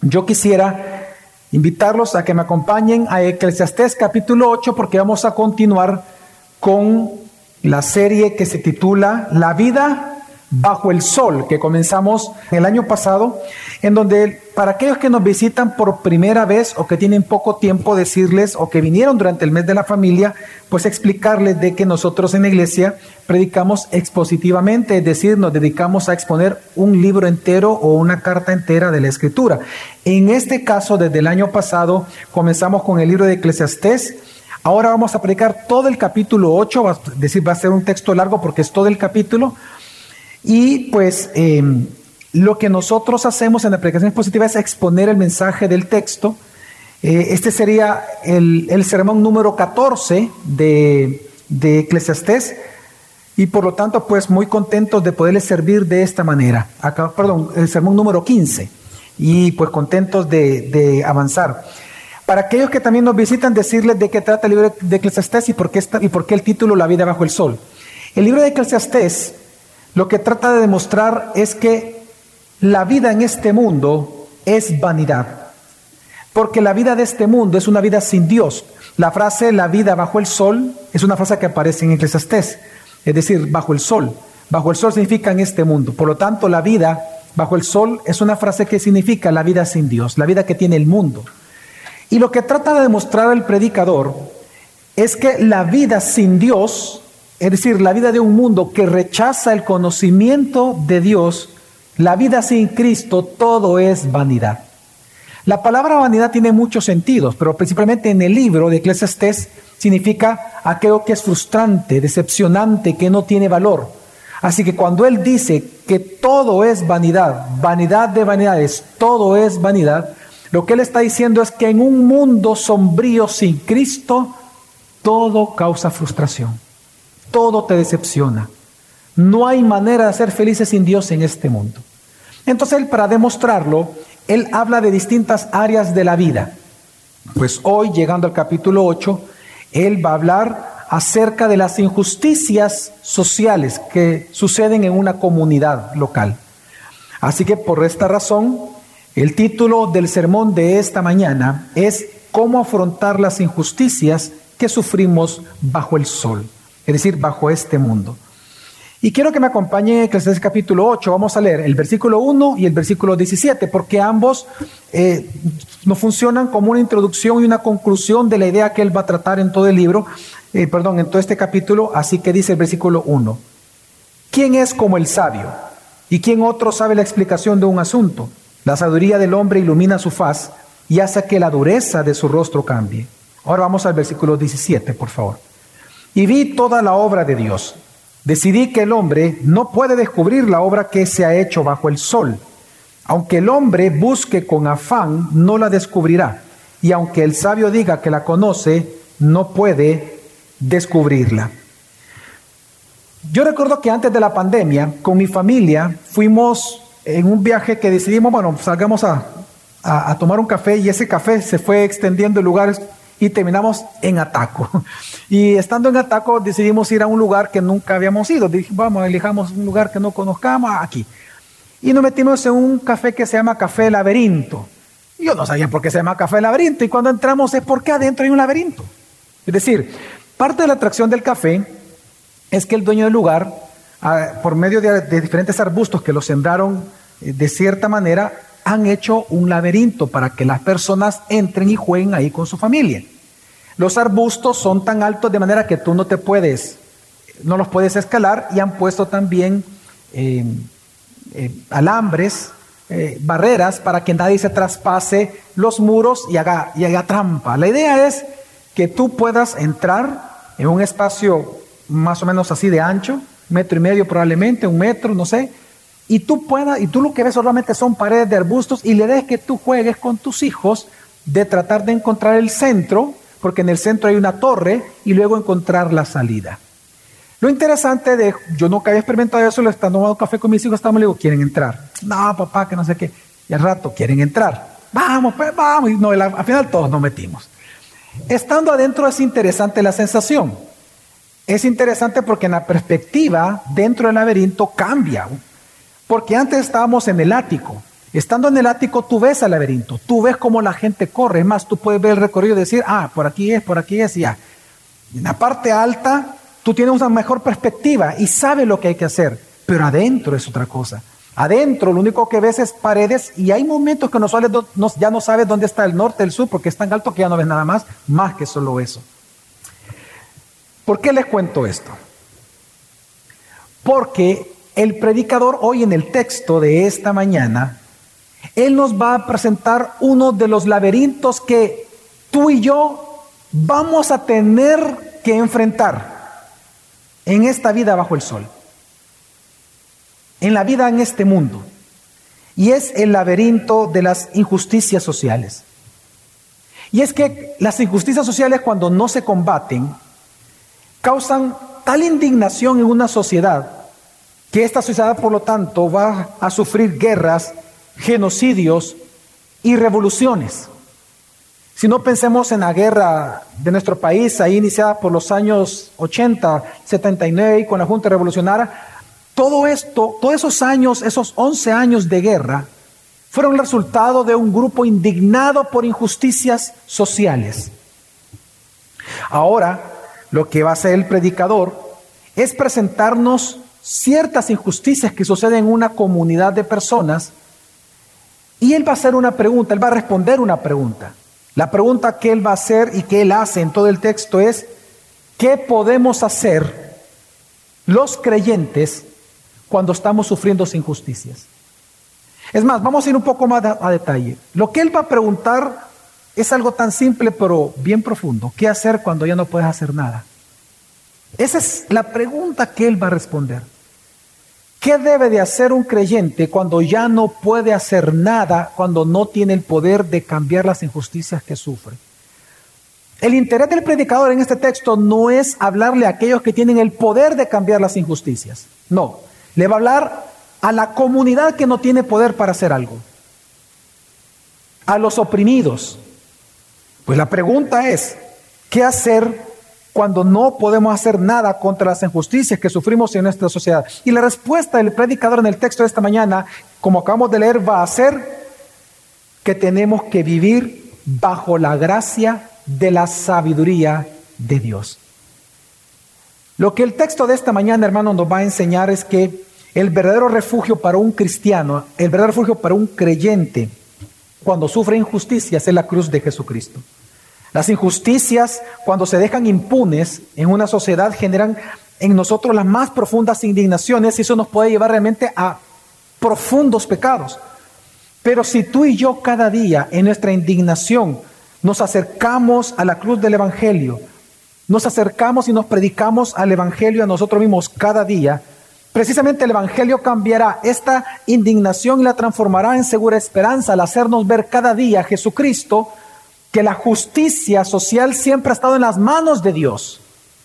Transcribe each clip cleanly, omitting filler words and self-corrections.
yo quisiera invitarlos a que me acompañen a Eclesiastés capítulo 8, porque vamos a continuar con la serie que se titula La vida bajo el sol, que comenzamos el año pasado, en donde para aquellos que nos visitan por primera vez o que tienen poco tiempo, decirles, o que vinieron durante el mes de la familia, pues explicarles de que nosotros en la iglesia predicamos expositivamente, es decir, nos dedicamos a exponer un libro entero o una carta entera de la Escritura. En este caso, desde el año pasado, comenzamos con el libro de Eclesiastés. Ahora vamos a predicar todo el capítulo 8, es decir, va a ser un texto largo porque es todo el capítulo. Y pues lo que nosotros hacemos en la predicación expositiva es exponer el mensaje del texto. Este sería el sermón número 14 de Eclesiastés, y por lo tanto pues muy contentos de poderles servir de esta manera. El sermón número 15, y pues contentos de avanzar. Para aquellos que también nos visitan, decirles de qué trata el libro de Eclesiastés y por qué el título La vida bajo el sol. El libro de Eclesiastés lo que trata de demostrar es que la vida en este mundo es vanidad, porque la vida de este mundo es una vida sin Dios. La frase la vida bajo el sol es una frase que aparece en Eclesiastés, es decir, bajo el sol. Bajo el sol significa en este mundo. Por lo tanto, la vida bajo el sol es una frase que significa la vida sin Dios, la vida que tiene el mundo. Y lo que trata de demostrar el predicador es que la vida sin Dios, es decir, la vida de un mundo que rechaza el conocimiento de Dios, la vida sin Cristo, todo es vanidad. La palabra vanidad tiene muchos sentidos, pero principalmente en el libro de Eclesiastés significa aquello que es frustrante, decepcionante, que no tiene valor. Así que cuando él dice que todo es vanidad, vanidad de vanidades, todo es vanidad, lo que él está diciendo es que en un mundo sombrío sin Cristo, todo causa frustración. Todo te decepciona. No hay manera de ser felices sin Dios en este mundo. Entonces él, para demostrarlo, él habla de distintas áreas de la vida. Pues hoy, llegando al capítulo 8, él va a hablar acerca de las injusticias sociales que suceden en una comunidad local. Así que por esta razón, el título del sermón de esta mañana es ¿Cómo afrontar las injusticias que sufrimos bajo el sol? Es decir, bajo este mundo. Y quiero que me acompañe en Eclesiastés capítulo 8. Vamos a leer el versículo 1 y el versículo 17, porque ambos nos funcionan como una introducción y una conclusión de la idea que él va a tratar en todo el libro, en todo este capítulo. Así que dice el versículo 1. ¿Quién es como el sabio? ¿Y quién otro sabe la explicación de un asunto? La sabiduría del hombre ilumina su faz y hace que la dureza de su rostro cambie. Ahora vamos al versículo 17, por favor. Y vi toda la obra de Dios. Decidí que el hombre no puede descubrir la obra que se ha hecho bajo el sol. Aunque el hombre busque con afán, no la descubrirá. Y aunque el sabio diga que la conoce, no puede descubrirla. Yo recuerdo que antes de la pandemia, con mi familia, fuimos en un viaje que decidimos, salgamos a tomar un café, y ese café se fue extendiendo en lugares y terminamos en Ataco. Y estando en Ataco decidimos ir a un lugar que nunca habíamos ido. Elijamos un lugar que no conozcamos aquí. Y nos metimos en un café que se llama Café Laberinto. Yo no sabía por qué se llama Café Laberinto, y cuando entramos es porque adentro hay un laberinto. Es decir, parte de la atracción del café es que el dueño del lugar, por medio de diferentes arbustos que los sembraron de cierta manera, han hecho un laberinto para que las personas entren y jueguen ahí con su familia. Los arbustos son tan altos de manera que tú no los puedes escalar, y han puesto también alambres, barreras para que nadie se traspase los muros y haga trampa. La idea es que tú puedas entrar en un espacio más o menos así de ancho, 1,5 metros probablemente, 1 metro, no sé, y tú lo que ves solamente son paredes de arbustos, y la idea es que tú juegues con tus hijos de tratar de encontrar el centro, porque en el centro hay una torre, y luego encontrar la salida. Lo interesante yo nunca había experimentado eso, le estaba tomando café con mis hijos, le digo, ¿quieren entrar? No, papá, que no sé qué. Y al rato, ¿quieren entrar? Vamos, pues vamos. Y no, al final todos nos metimos. Estando adentro es interesante la sensación. Es interesante porque en la perspectiva dentro del laberinto cambia. Porque antes estábamos en el ático. Estando en el ático, tú ves el laberinto, tú ves cómo la gente corre. Es más, tú puedes ver el recorrido y decir, por aquí es, y ya. En la parte alta, tú tienes una mejor perspectiva y sabes lo que hay que hacer, pero adentro es otra cosa. Adentro lo único que ves es paredes y hay momentos que ya no sabes dónde está el norte, el sur, porque es tan alto que ya no ves nada más que solo eso. ¿Por qué les cuento esto? Porque el predicador hoy en el texto de esta mañana, él nos va a presentar uno de los laberintos que tú y yo vamos a tener que enfrentar en esta vida bajo el sol, en la vida en este mundo, y es el laberinto de las injusticias sociales. Y es que las injusticias sociales, cuando no se combaten, causan tal indignación en una sociedad que esta sociedad, por lo tanto, va a sufrir guerras, genocidios y revoluciones. Si no, pensemos en la guerra de nuestro país, ahí iniciada por los años 80, 79, con la Junta Revolucionaria. Todo esto, todos esos años, esos 11 años de guerra, fueron el resultado de un grupo indignado por injusticias sociales. Ahora, lo que va a hacer el predicador es presentarnos ciertas injusticias que suceden en una comunidad de personas, y él va a hacer una pregunta, él va a responder una pregunta. La pregunta que él va a hacer y que él hace en todo el texto es: ¿qué podemos hacer los creyentes cuando estamos sufriendo injusticias? Es más, vamos a ir un poco más a detalle. Lo que él va a preguntar es algo tan simple pero bien profundo. ¿Qué hacer cuando ya no puedes hacer nada? Esa es la pregunta que él va a responder. ¿Qué debe de hacer un creyente cuando ya no puede hacer nada, cuando no tiene el poder de cambiar las injusticias que sufre? El interés del predicador en este texto no es hablarle a aquellos que tienen el poder de cambiar las injusticias. No, le va a hablar a la comunidad que no tiene poder para hacer algo, a los oprimidos. Pues la pregunta es: ¿qué hacer cuando no podemos hacer nada contra las injusticias que sufrimos en nuestra sociedad? Y la respuesta del predicador en el texto de esta mañana, como acabamos de leer, va a ser que tenemos que vivir bajo la gracia de la sabiduría de Dios. Lo que el texto de esta mañana, hermanos, nos va a enseñar es que el verdadero refugio para un cristiano, el verdadero refugio para un creyente cuando sufre injusticias es la cruz de Jesucristo. Las injusticias, cuando se dejan impunes en una sociedad, generan en nosotros las más profundas indignaciones, y eso nos puede llevar realmente a profundos pecados. Pero si tú y yo cada día en nuestra indignación nos acercamos a la cruz del Evangelio, nos acercamos y nos predicamos al Evangelio a nosotros mismos cada día, precisamente el Evangelio cambiará esta indignación y la transformará en segura esperanza al hacernos ver cada día a Jesucristo, que la justicia social siempre ha estado en las manos de Dios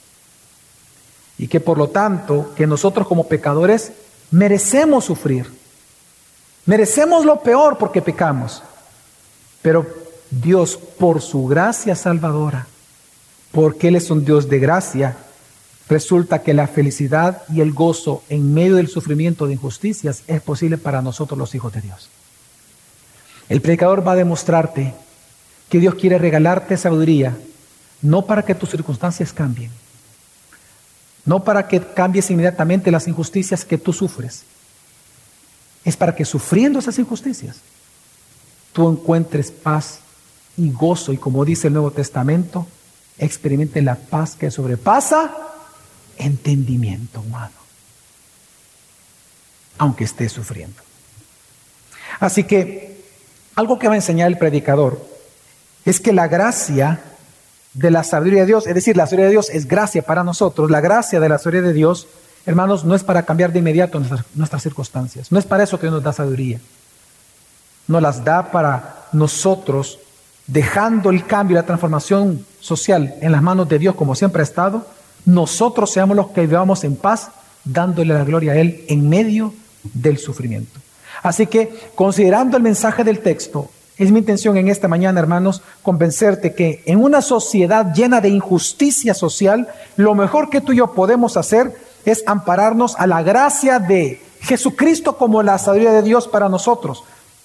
y que por lo tanto que nosotros como pecadores merecemos sufrir, merecemos lo peor porque pecamos, pero Dios, por su gracia salvadora, porque Él es un Dios de gracia, resulta que la felicidad y el gozo en medio del sufrimiento de injusticias es posible para nosotros los hijos de Dios. El predicador va a demostrarte que Dios quiere regalarte sabiduría, no para que tus circunstancias cambien, no para que cambies inmediatamente las injusticias que tú sufres, es para que sufriendo esas injusticias tú encuentres paz y gozo, y como dice el Nuevo Testamento, experimentes la paz que sobrepasa entendimiento humano, aunque estés sufriendo. Así que algo que va a enseñar el predicador es que la gracia de la sabiduría de Dios, es decir, la sabiduría de Dios es gracia para nosotros. La gracia de la sabiduría de Dios, hermanos, no es para cambiar de inmediato nuestras circunstancias. No es para eso que Dios nos da sabiduría. Nos las da para nosotros, dejando el cambio y la transformación social en las manos de Dios como siempre ha estado, nosotros seamos los que vivamos en paz, dándole la gloria a Él en medio del sufrimiento. Así que, considerando el mensaje del texto, es mi intención en esta mañana, hermanos, convencerte que en una sociedad llena de injusticia social, lo mejor que tú y yo podemos hacer es ampararnos a la gracia de Jesucristo como la sabiduría de Dios para nosotros.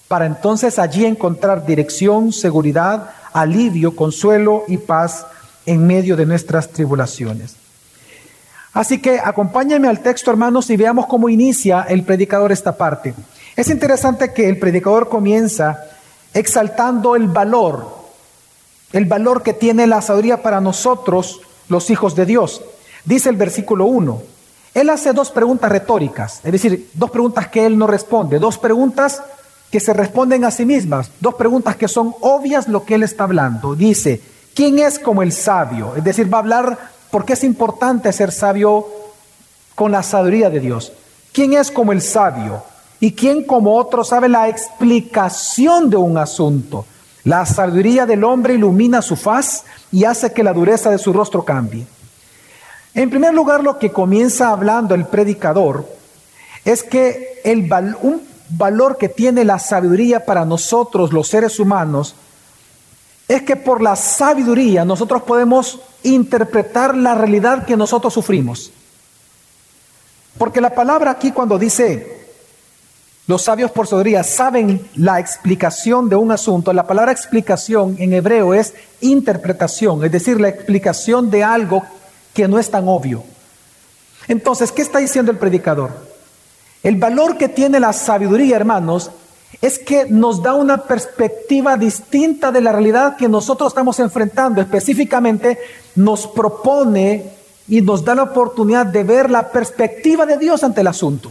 para entonces allí encontrar dirección, seguridad, alivio, consuelo y paz en medio de nuestras tribulaciones. Así que acompáñenme al texto, hermanos, y veamos cómo inicia el predicador esta parte. Es interesante que el predicador comienza exaltando el valor que tiene la sabiduría para nosotros, los hijos de Dios. Dice el versículo 1, él hace dos preguntas retóricas, es decir, dos preguntas que él no responde, dos preguntas que se responden a sí mismas, dos preguntas que son obvias lo que él está hablando. Dice, ¿quién es como el sabio? Es decir, va a hablar por qué es importante ser sabio con la sabiduría de Dios. ¿Quién es como el sabio? ¿Y quién como otro sabe la explicación de un asunto? La sabiduría del hombre ilumina su faz y hace que la dureza de su rostro cambie. En primer lugar, lo que comienza hablando el predicador es que un valor que tiene la sabiduría para nosotros, los seres humanos, es que por la sabiduría nosotros podemos interpretar la realidad que nosotros sufrimos. Porque la palabra aquí cuando dice, los sabios por sabiduría saben la explicación de un asunto, la palabra explicación en hebreo es interpretación, es decir, la explicación de algo que no es tan obvio. Entonces, ¿qué está diciendo el predicador? El valor que tiene la sabiduría, hermanos, es que nos da una perspectiva distinta de la realidad que nosotros estamos enfrentando. Específicamente, nos propone y nos da la oportunidad de ver la perspectiva de Dios ante el asunto.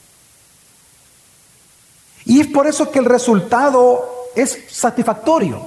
Y es por eso que el resultado es satisfactorio.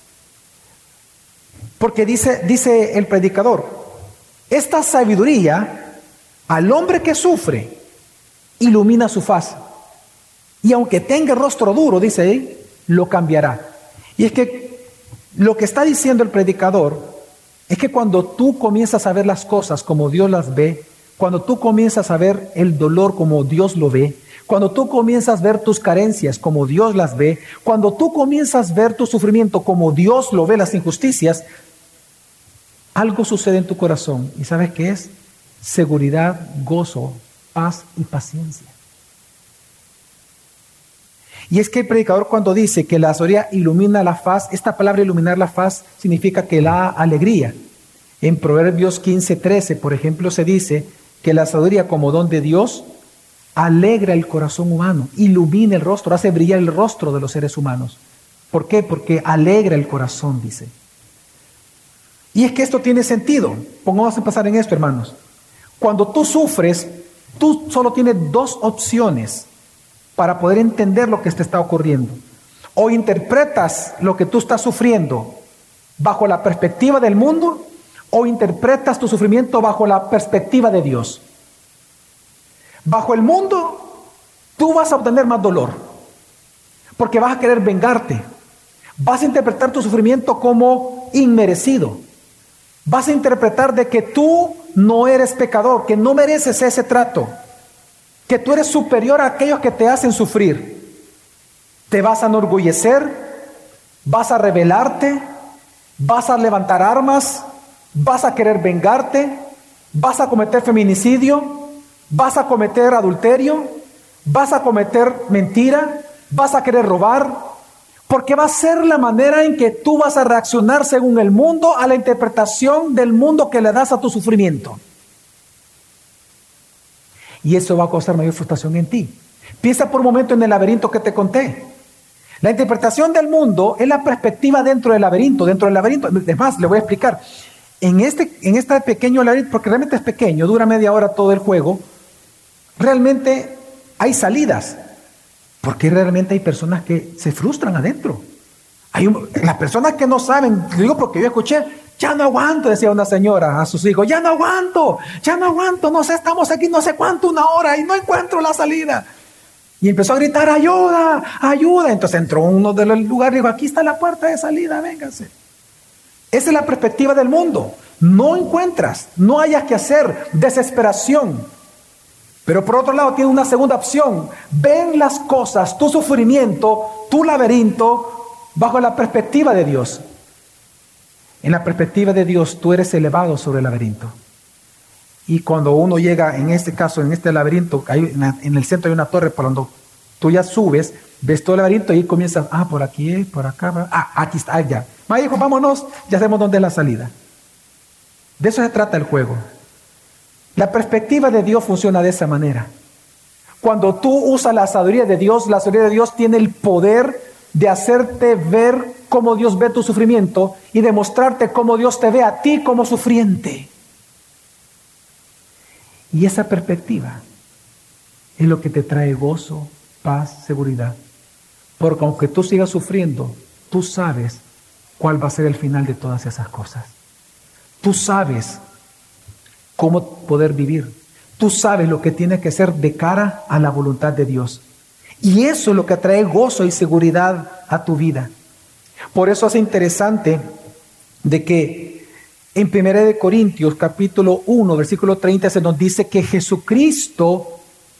Porque dice el predicador, esta sabiduría al hombre que sufre ilumina su faz. Y aunque tenga el rostro duro, dice él, lo cambiará. Y es que lo que está diciendo el predicador es que cuando tú comienzas a ver las cosas como Dios las ve, cuando tú comienzas a ver el dolor como Dios lo ve, cuando tú comienzas a ver tus carencias como Dios las ve, cuando tú comienzas a ver tu sufrimiento como Dios lo ve, las injusticias, algo sucede en tu corazón. ¿Y sabes qué es? Seguridad, gozo, paz y paciencia. Y es que el predicador cuando dice que la sabiduría ilumina la faz, esta palabra iluminar la faz significa que da alegría. En Proverbios 15:13, por ejemplo, se dice que la sabiduría como don de Dios alegra el corazón humano, ilumina el rostro, hace brillar el rostro de los seres humanos. ¿Por qué? Porque alegra el corazón, dice. Y es que esto tiene sentido. Pongamos a pensar en esto, hermanos. Cuando tú sufres, tú solo tienes dos opciones para poder entender lo que te está ocurriendo. O interpretas lo que tú estás sufriendo bajo la perspectiva del mundo, o interpretas tu sufrimiento bajo la perspectiva de Dios. Bajo el mundo, tú vas a obtener más dolor, porque vas a querer vengarte. Vas a interpretar tu sufrimiento como inmerecido. Vas a interpretar de que tú no eres pecador, que no mereces ese trato, que tú eres superior a aquellos que te hacen sufrir. Te vas a enorgullecer, vas a rebelarte, vas a levantar armas, vas a querer vengarte, vas a cometer feminicidio, vas a cometer adulterio, vas a cometer mentira, vas a querer robar, porque va a ser la manera en que tú vas a reaccionar según el mundo a la interpretación del mundo que le das a tu sufrimiento. Y eso va a causar mayor frustración en ti. Piensa por un momento en el laberinto que te conté. La interpretación del mundo es la perspectiva dentro del laberinto. Es más, le voy a explicar. En este pequeño laberinto, porque realmente es pequeño, dura media hora todo el juego, realmente hay salidas. Porque realmente hay personas que se frustran adentro. Las personas que no saben, digo porque yo escuché, ya no aguanto, decía una señora a sus hijos, ya no aguanto, no sé, estamos aquí no sé cuánto, una hora y no encuentro la salida. Y empezó a gritar, ayuda, ayuda. Entonces entró uno de los lugares y dijo, aquí está la puerta de salida, véngase. Esa es la perspectiva del mundo. No encuentras, no hayas que hacer, desesperación. Pero por otro lado tiene una segunda opción. Ven las cosas, tu sufrimiento, tu laberinto, bajo la perspectiva de Dios. En la perspectiva de Dios, tú eres elevado sobre el laberinto. Y cuando uno llega, en este caso, en este laberinto, en el centro hay una torre, por donde tú ya subes, ves todo el laberinto y comienzas, por aquí es, por acá, aquí está, ya. Hijo, vámonos, ya sabemos dónde es la salida. De eso se trata el juego. La perspectiva de Dios funciona de esa manera. Cuando tú usas la sabiduría de Dios tiene el poder de hacerte ver cómo Dios ve tu sufrimiento y demostrarte cómo Dios te ve a ti como sufriente. Y esa perspectiva es lo que te trae gozo, paz, seguridad. Porque aunque tú sigas sufriendo, tú sabes cuál va a ser el final de todas esas cosas. Tú sabes cómo poder vivir. Tú sabes lo que tiene que ser de cara a la voluntad de Dios. Y eso es lo que trae gozo y seguridad a tu vida. Por eso es interesante de que en 1 Corintios capítulo 1, versículo 30 se nos dice que Jesucristo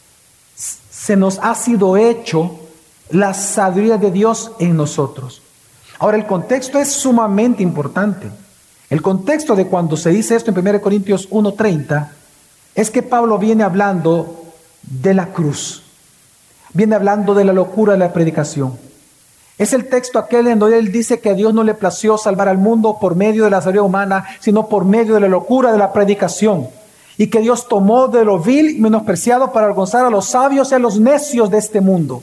se nos ha sido hecho la sabiduría de Dios en nosotros. Ahora, el contexto es sumamente importante. El contexto de cuando se dice esto en 1 Corintios 1:30 es que Pablo viene hablando de la cruz. Viene hablando de la locura de la predicación. Es el texto aquel en donde él dice que a Dios no le plació salvar al mundo por medio de la sabiduría humana, sino por medio de la locura de la predicación. Y que Dios tomó de lo vil y menospreciado para avergonzar a los sabios y a los necios de este mundo.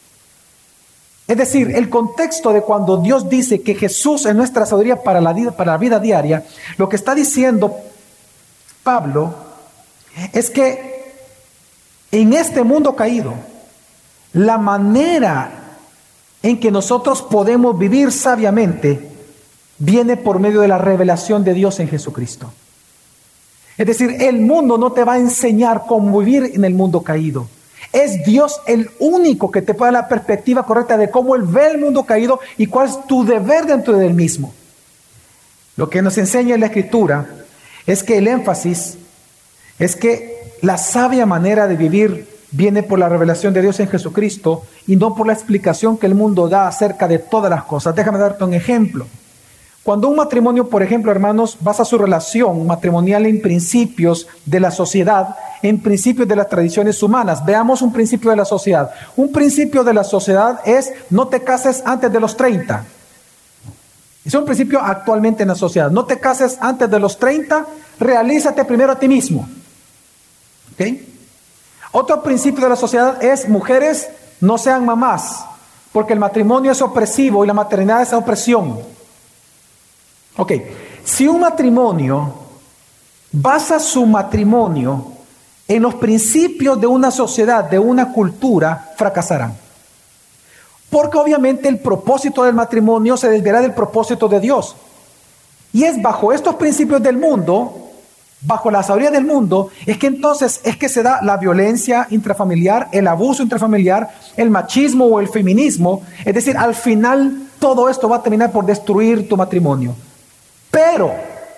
Es decir, el contexto de cuando Dios dice que Jesús es nuestra sabiduría para la vida diaria, lo que está diciendo Pablo es que en este mundo caído, la manera en que nosotros podemos vivir sabiamente viene por medio de la revelación de Dios en Jesucristo. Es decir, el mundo no te va a enseñar cómo vivir en el mundo caído. Es Dios el único que te puede dar la perspectiva correcta de cómo Él ve el mundo caído y cuál es tu deber dentro del mismo. Lo que nos enseña en la Escritura es que el énfasis es que la sabia manera de vivir viene por la revelación de Dios en Jesucristo y no por la explicación que el mundo da acerca de todas las cosas. Déjame darte un ejemplo. Cuando un matrimonio, por ejemplo, hermanos, basa su relación matrimonial en principios de la sociedad, en principios de las tradiciones humanas. Veamos un principio de la sociedad. Un principio de la sociedad es no te cases antes de los 30. Es un principio actualmente en la sociedad. No te cases antes de los 30, realízate primero a ti mismo. ¿Ok? Otro principio de la sociedad es mujeres no sean mamás, porque el matrimonio es opresivo y la maternidad es opresión. Ok, si un matrimonio basa su matrimonio en los principios de una sociedad, de una cultura, fracasarán. Porque obviamente el propósito del matrimonio se desviará del propósito de Dios. Y es bajo estos principios del mundo, bajo la sabiduría del mundo, es que entonces es que se da la violencia intrafamiliar, el abuso intrafamiliar, el machismo o el feminismo. Es decir, al final todo esto va a terminar por destruir tu matrimonio. Pero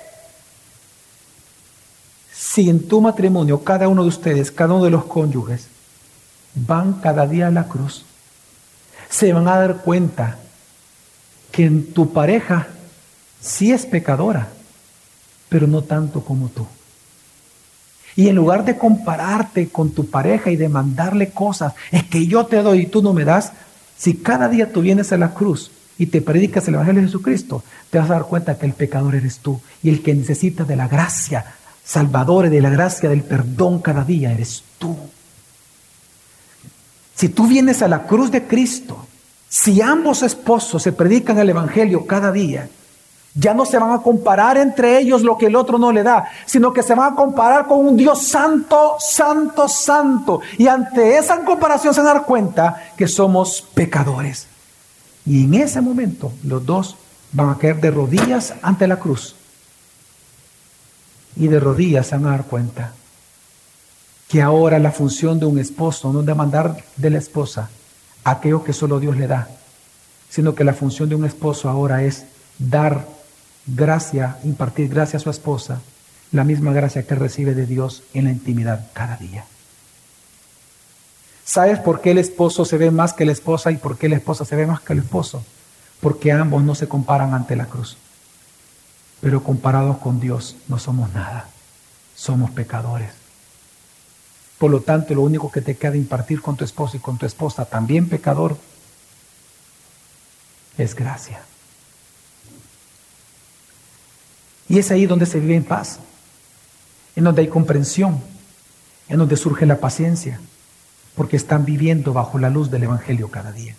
si en tu matrimonio cada uno de ustedes, cada uno de los cónyuges, van cada día a la cruz, se van a dar cuenta que en tu pareja sí es pecadora, pero no tanto como tú. Y en lugar de compararte con tu pareja y demandarle cosas, es que yo te doy y tú no me das, si cada día tú vienes a la cruz y te predicas el Evangelio de Jesucristo, te vas a dar cuenta que el pecador eres tú y el que necesita de la gracia salvadora, de la gracia del perdón cada día eres tú. Si tú vienes a la cruz de Cristo, si ambos esposos se predican el Evangelio cada día, ya no se van a comparar entre ellos lo que el otro no le da, sino que se van a comparar con un Dios santo, santo, santo. Y ante esa comparación se van a dar cuenta que somos pecadores. Y en ese momento los dos van a caer de rodillas ante la cruz. Y de rodillas se van a dar cuenta que ahora la función de un esposo no es demandar de la esposa aquello que solo Dios le da, sino que la función de un esposo ahora es dar gracia, impartir gracia a su esposa, la misma gracia que recibe de Dios en la intimidad cada día. ¿Sabes por qué el esposo se ve más que la esposa y por qué la esposa se ve más que el esposo? Porque ambos no se comparan ante la cruz. Pero comparados con Dios no somos nada. Somos pecadores. Por lo tanto, lo único que te queda impartir con tu esposo y con tu esposa, también pecador, es gracia. Y es ahí donde se vive en paz, en donde hay comprensión, en donde surge la paciencia, porque están viviendo bajo la luz del Evangelio cada día.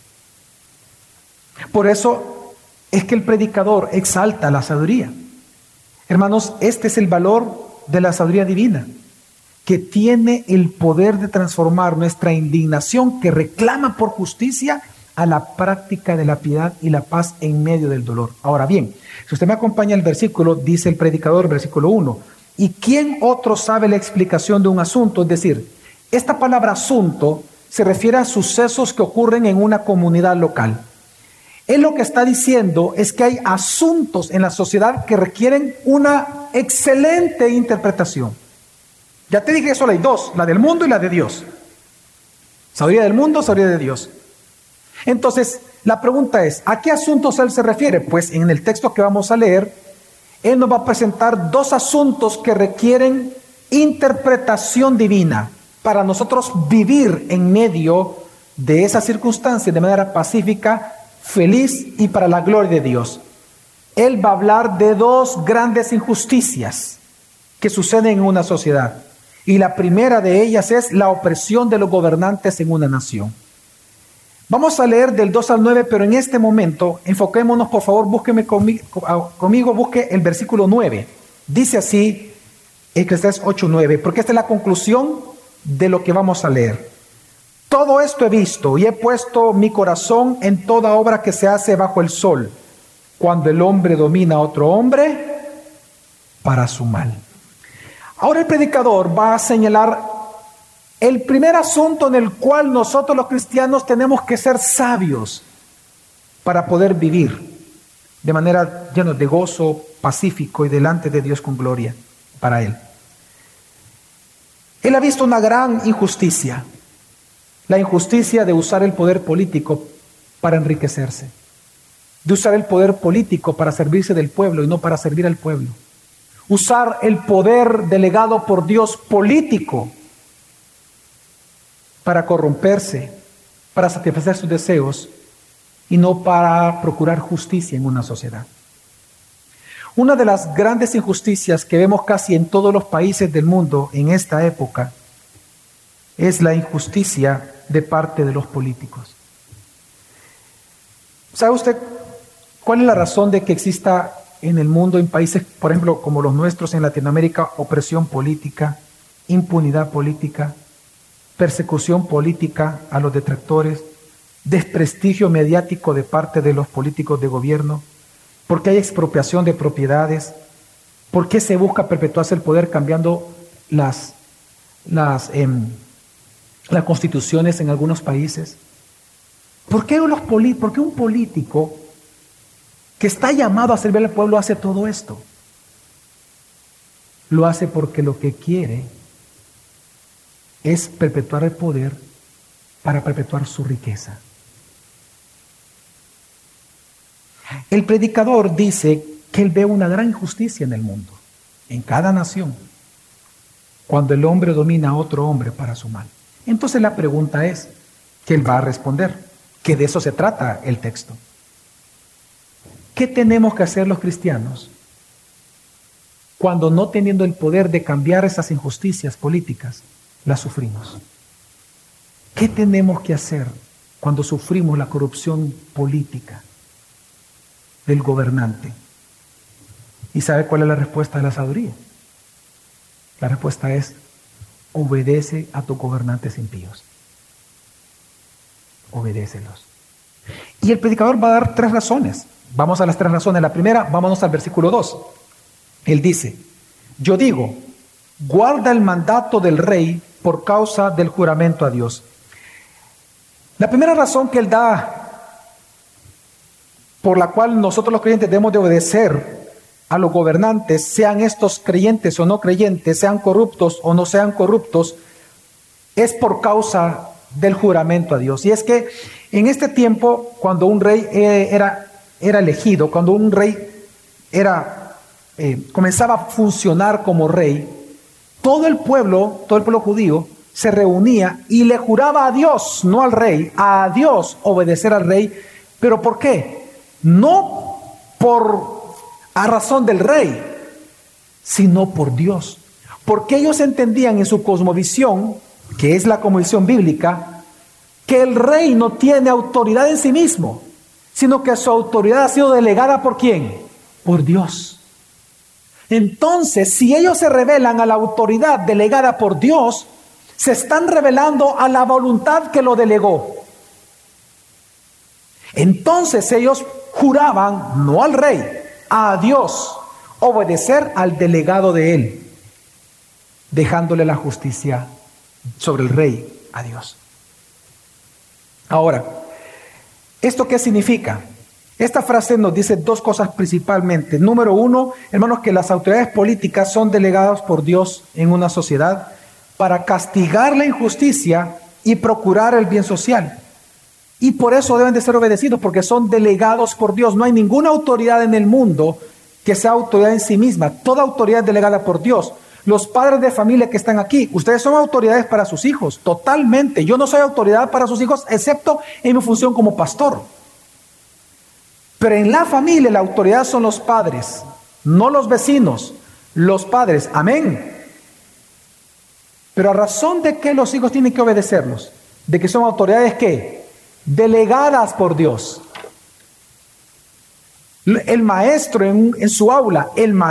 Por eso es que el predicador exalta la sabiduría. Hermanos, este es el valor de la sabiduría divina, que tiene el poder de transformar nuestra indignación que reclama por justicia a la práctica de la piedad y la paz en medio del dolor. Ahora bien, si usted me acompaña al versículo, dice el predicador, versículo 1, ¿y quién otro sabe la explicación de un asunto? Es decir, esta palabra asunto se refiere a sucesos que ocurren en una comunidad local. Él lo que está diciendo es que hay asuntos en la sociedad que requieren una excelente interpretación. Ya te dije que solo hay dos, la del mundo y la de Dios. Sabiduría del mundo, sabiduría de Dios. Entonces, la pregunta es, ¿a qué asuntos él se refiere? Pues en el texto que vamos a leer, él nos va a presentar dos asuntos que requieren interpretación divina para nosotros vivir en medio de esas circunstancias de manera pacífica, feliz y para la gloria de Dios. Él va a hablar de dos grandes injusticias que suceden en una sociedad. Y la primera de ellas es la opresión de los gobernantes en una nación. Vamos a leer del 2 al 9, pero en este momento, enfoquémonos, por favor, búsqueme conmigo, busque el versículo 9. Dice así, Eclesiastés 8:9, porque esta es la conclusión de lo que vamos a leer. Todo esto he visto y he puesto mi corazón en toda obra que se hace bajo el sol, cuando el hombre domina a otro hombre para su mal. Ahora el predicador va a señalar el primer asunto en el cual nosotros los cristianos tenemos que ser sabios para poder vivir de manera llena de gozo, pacífico y delante de Dios con gloria para Él. Él ha visto una gran injusticia, la injusticia de usar el poder político para enriquecerse, de usar el poder político para servirse del pueblo y no para servir al pueblo. Usar el poder delegado por Dios político para corromperse, para satisfacer sus deseos y no para procurar justicia en una sociedad. Una de las grandes injusticias que vemos casi en todos los países del mundo en esta época es la injusticia de parte de los políticos. ¿Sabe usted cuál es la razón de que exista en el mundo, en países, por ejemplo, como los nuestros en Latinoamérica, opresión política, impunidad política, persecución política a los detractores, desprestigio mediático de parte de los políticos de gobierno? ¿Por qué hay expropiación de propiedades? ¿Por qué se busca perpetuarse el poder cambiando las constituciones en algunos países? ¿Por qué un político que está llamado a servir al pueblo hace todo esto? Lo hace porque lo que quiere es perpetuar el poder para perpetuar su riqueza. El predicador dice que él ve una gran injusticia en el mundo, en cada nación, cuando el hombre domina a otro hombre para su mal. Entonces la pregunta es, ¿qué él va a responder? Que de eso se trata el texto. ¿Qué tenemos que hacer los cristianos cuando, no teniendo el poder de cambiar esas injusticias políticas, las sufrimos? ¿Qué tenemos que hacer cuando sufrimos la corrupción política del gobernante? ¿Y sabe cuál es la respuesta de la sabiduría? La respuesta es: obedece a tus gobernantes impíos. Obedécelos. Y el predicador va a dar 3 razones. Vamos a las 3 razones. La primera, vámonos al versículo 2. Él dice: yo digo, guarda el mandato del rey por causa del juramento a Dios. La primera razón que él da por la cual nosotros los creyentes debemos de obedecer a los gobernantes, sean estos creyentes o no creyentes, sean corruptos o no sean corruptos, es por causa del juramento a Dios. Y es que en este tiempo, cuando un rey era elegido, cuando un rey comenzaba a funcionar como rey, todo el pueblo judío se reunía y le juraba a Dios, no al rey, a Dios obedecer al rey. ¿Pero por qué? no a razón del rey, sino por Dios. Porque ellos entendían en su cosmovisión, que es la cosmovisión bíblica, que el rey no tiene autoridad en sí mismo, sino que su autoridad ha sido delegada ¿por quién? Por Dios. Entonces, si ellos se revelan a la autoridad delegada por Dios, se están revelando a la voluntad que lo delegó. Entonces ellos juraban, no al rey, a Dios, obedecer al delegado de él, dejándole la justicia sobre el rey a Dios. Ahora, ¿esto qué significa? Esta frase nos dice dos cosas principalmente. Número uno, hermanos, que las autoridades políticas son delegadas por Dios en una sociedad para castigar la injusticia y procurar el bien social. Y por eso deben de ser obedecidos, porque son delegados por Dios. No hay ninguna autoridad en el mundo que sea autoridad en sí misma. Toda autoridad es delegada por Dios. Los padres de familia que están aquí, ustedes son autoridades para sus hijos, totalmente. Yo no soy autoridad para sus hijos, excepto en mi función como pastor. Pero en la familia la autoridad son los padres, no los vecinos, los padres. Amén. Pero a razón de que los hijos tienen que obedecerlos, de que son autoridades ¿qué? Delegadas por Dios. El maestro en su aula,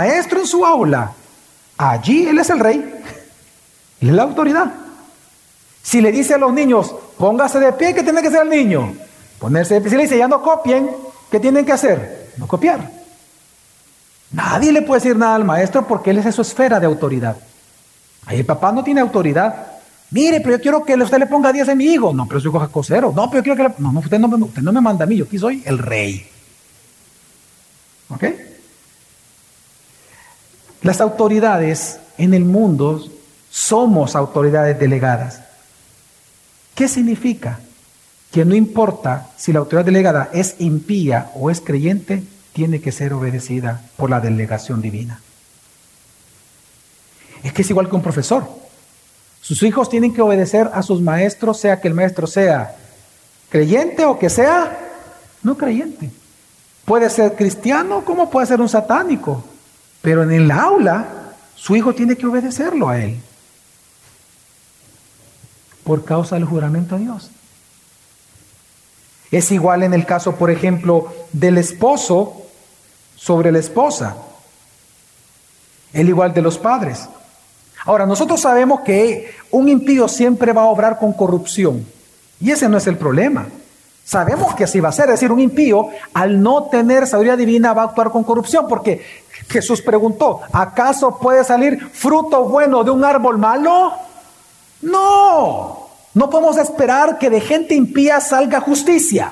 allí él es el rey, él es la autoridad. Si le dice a los niños, póngase de pie, ¿qué tiene que hacer el niño? Ponerse de pie. Si le dice, ya no copien, ¿qué tienen que hacer? No copiar. Nadie le puede decir nada al maestro porque él es de su esfera de autoridad. Ahí el papá no tiene autoridad. Mire, pero yo quiero que usted le ponga 10 a mi hijo. No, pero su hijo es cosero. No, pero yo quiero que usted no me manda a mí, yo aquí soy el rey. ¿Ok? Las autoridades en el mundo somos autoridades delegadas. ¿Qué significa? Que no importa si la autoridad delegada es impía o es creyente, tiene que ser obedecida por la delegación divina. Es que es igual que un profesor. Sus hijos tienen que obedecer a sus maestros, sea que el maestro sea creyente o que sea no creyente. Puede ser cristiano como puede ser un satánico, pero en el aula su hijo tiene que obedecerlo a él por causa del juramento a Dios. Es igual en el caso, por ejemplo, del esposo sobre la esposa. Es igual de los padres. Ahora, nosotros sabemos que un impío siempre va a obrar con corrupción. Y ese no es el problema. Sabemos que así va a ser. Es decir, un impío, al no tener sabiduría divina, va a actuar con corrupción. Porque Jesús preguntó, ¿acaso puede salir fruto bueno de un árbol malo? No. No podemos esperar que de gente impía salga justicia,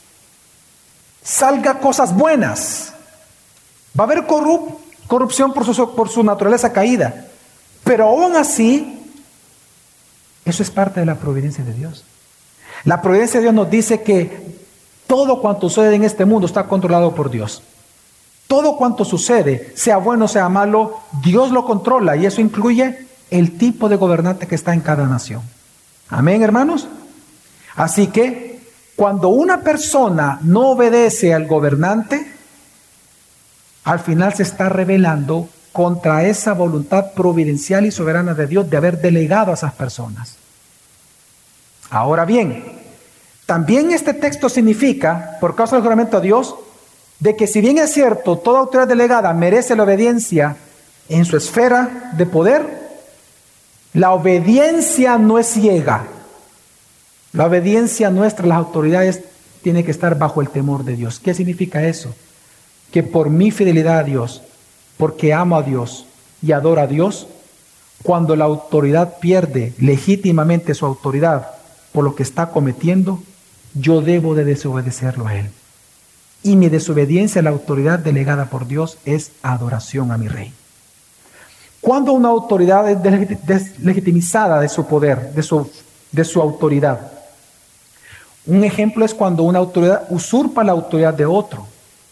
salga cosas buenas. Va a haber corrupción por su naturaleza caída. Pero aún así, eso es parte de la providencia de Dios. La providencia de Dios nos dice que todo cuanto sucede en este mundo está controlado por Dios. Todo cuanto sucede, sea bueno o sea malo, Dios lo controla, y eso incluye el tipo de gobernante que está en cada nación. Amén, hermanos. Así que cuando una persona no obedece al gobernante, al final se está rebelando contra esa voluntad providencial y soberana de Dios de haber delegado a esas personas. Ahora bien, también este texto significa, por causa del juramento a Dios, de que si bien es cierto, toda autoridad delegada merece la obediencia en su esfera de poder, la obediencia no es ciega. La obediencia nuestra, las autoridades, tiene que estar bajo el temor de Dios. ¿Qué significa eso? Que por mi fidelidad a Dios, porque amo a Dios y adoro a Dios, cuando la autoridad pierde legítimamente su autoridad por lo que está cometiendo, yo debo de desobedecerlo a Él. Y mi desobediencia a la autoridad delegada por Dios es adoración a mi Rey. Cuando una autoridad es deslegitimizada de su poder, de su autoridad. Un ejemplo es cuando una autoridad usurpa la autoridad de otro.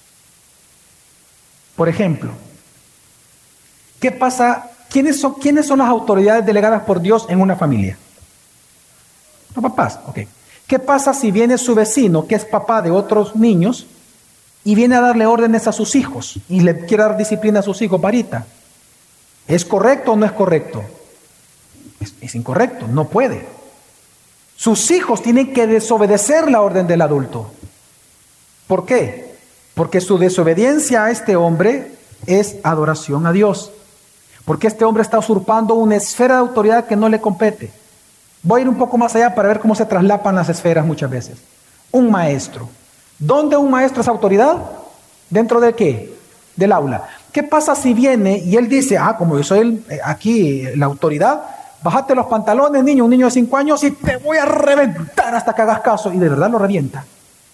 Por ejemplo, ¿qué pasa? ¿Quiénes son las autoridades delegadas por Dios en una familia? Los papás, ok. ¿Qué pasa si viene su vecino, que es papá de otros niños, y viene a darle órdenes a sus hijos y le quiere dar disciplina a sus hijos, varita. ¿Es correcto o no es correcto? Es incorrecto, no puede. Sus hijos tienen que desobedecer la orden del adulto. ¿Por qué? Porque su desobediencia a este hombre es adoración a Dios. Porque este hombre está usurpando una esfera de autoridad que no le compete. Voy a ir un poco más allá para ver cómo se traslapan las esferas muchas veces. Un maestro. ¿Dónde un maestro es autoridad? ¿Dentro de qué? Del aula. ¿Qué pasa si viene y él dice, como yo soy aquí la autoridad, bájate los pantalones, niño, un niño de 5 años, y te voy a reventar hasta que hagas caso? Y de verdad lo revienta.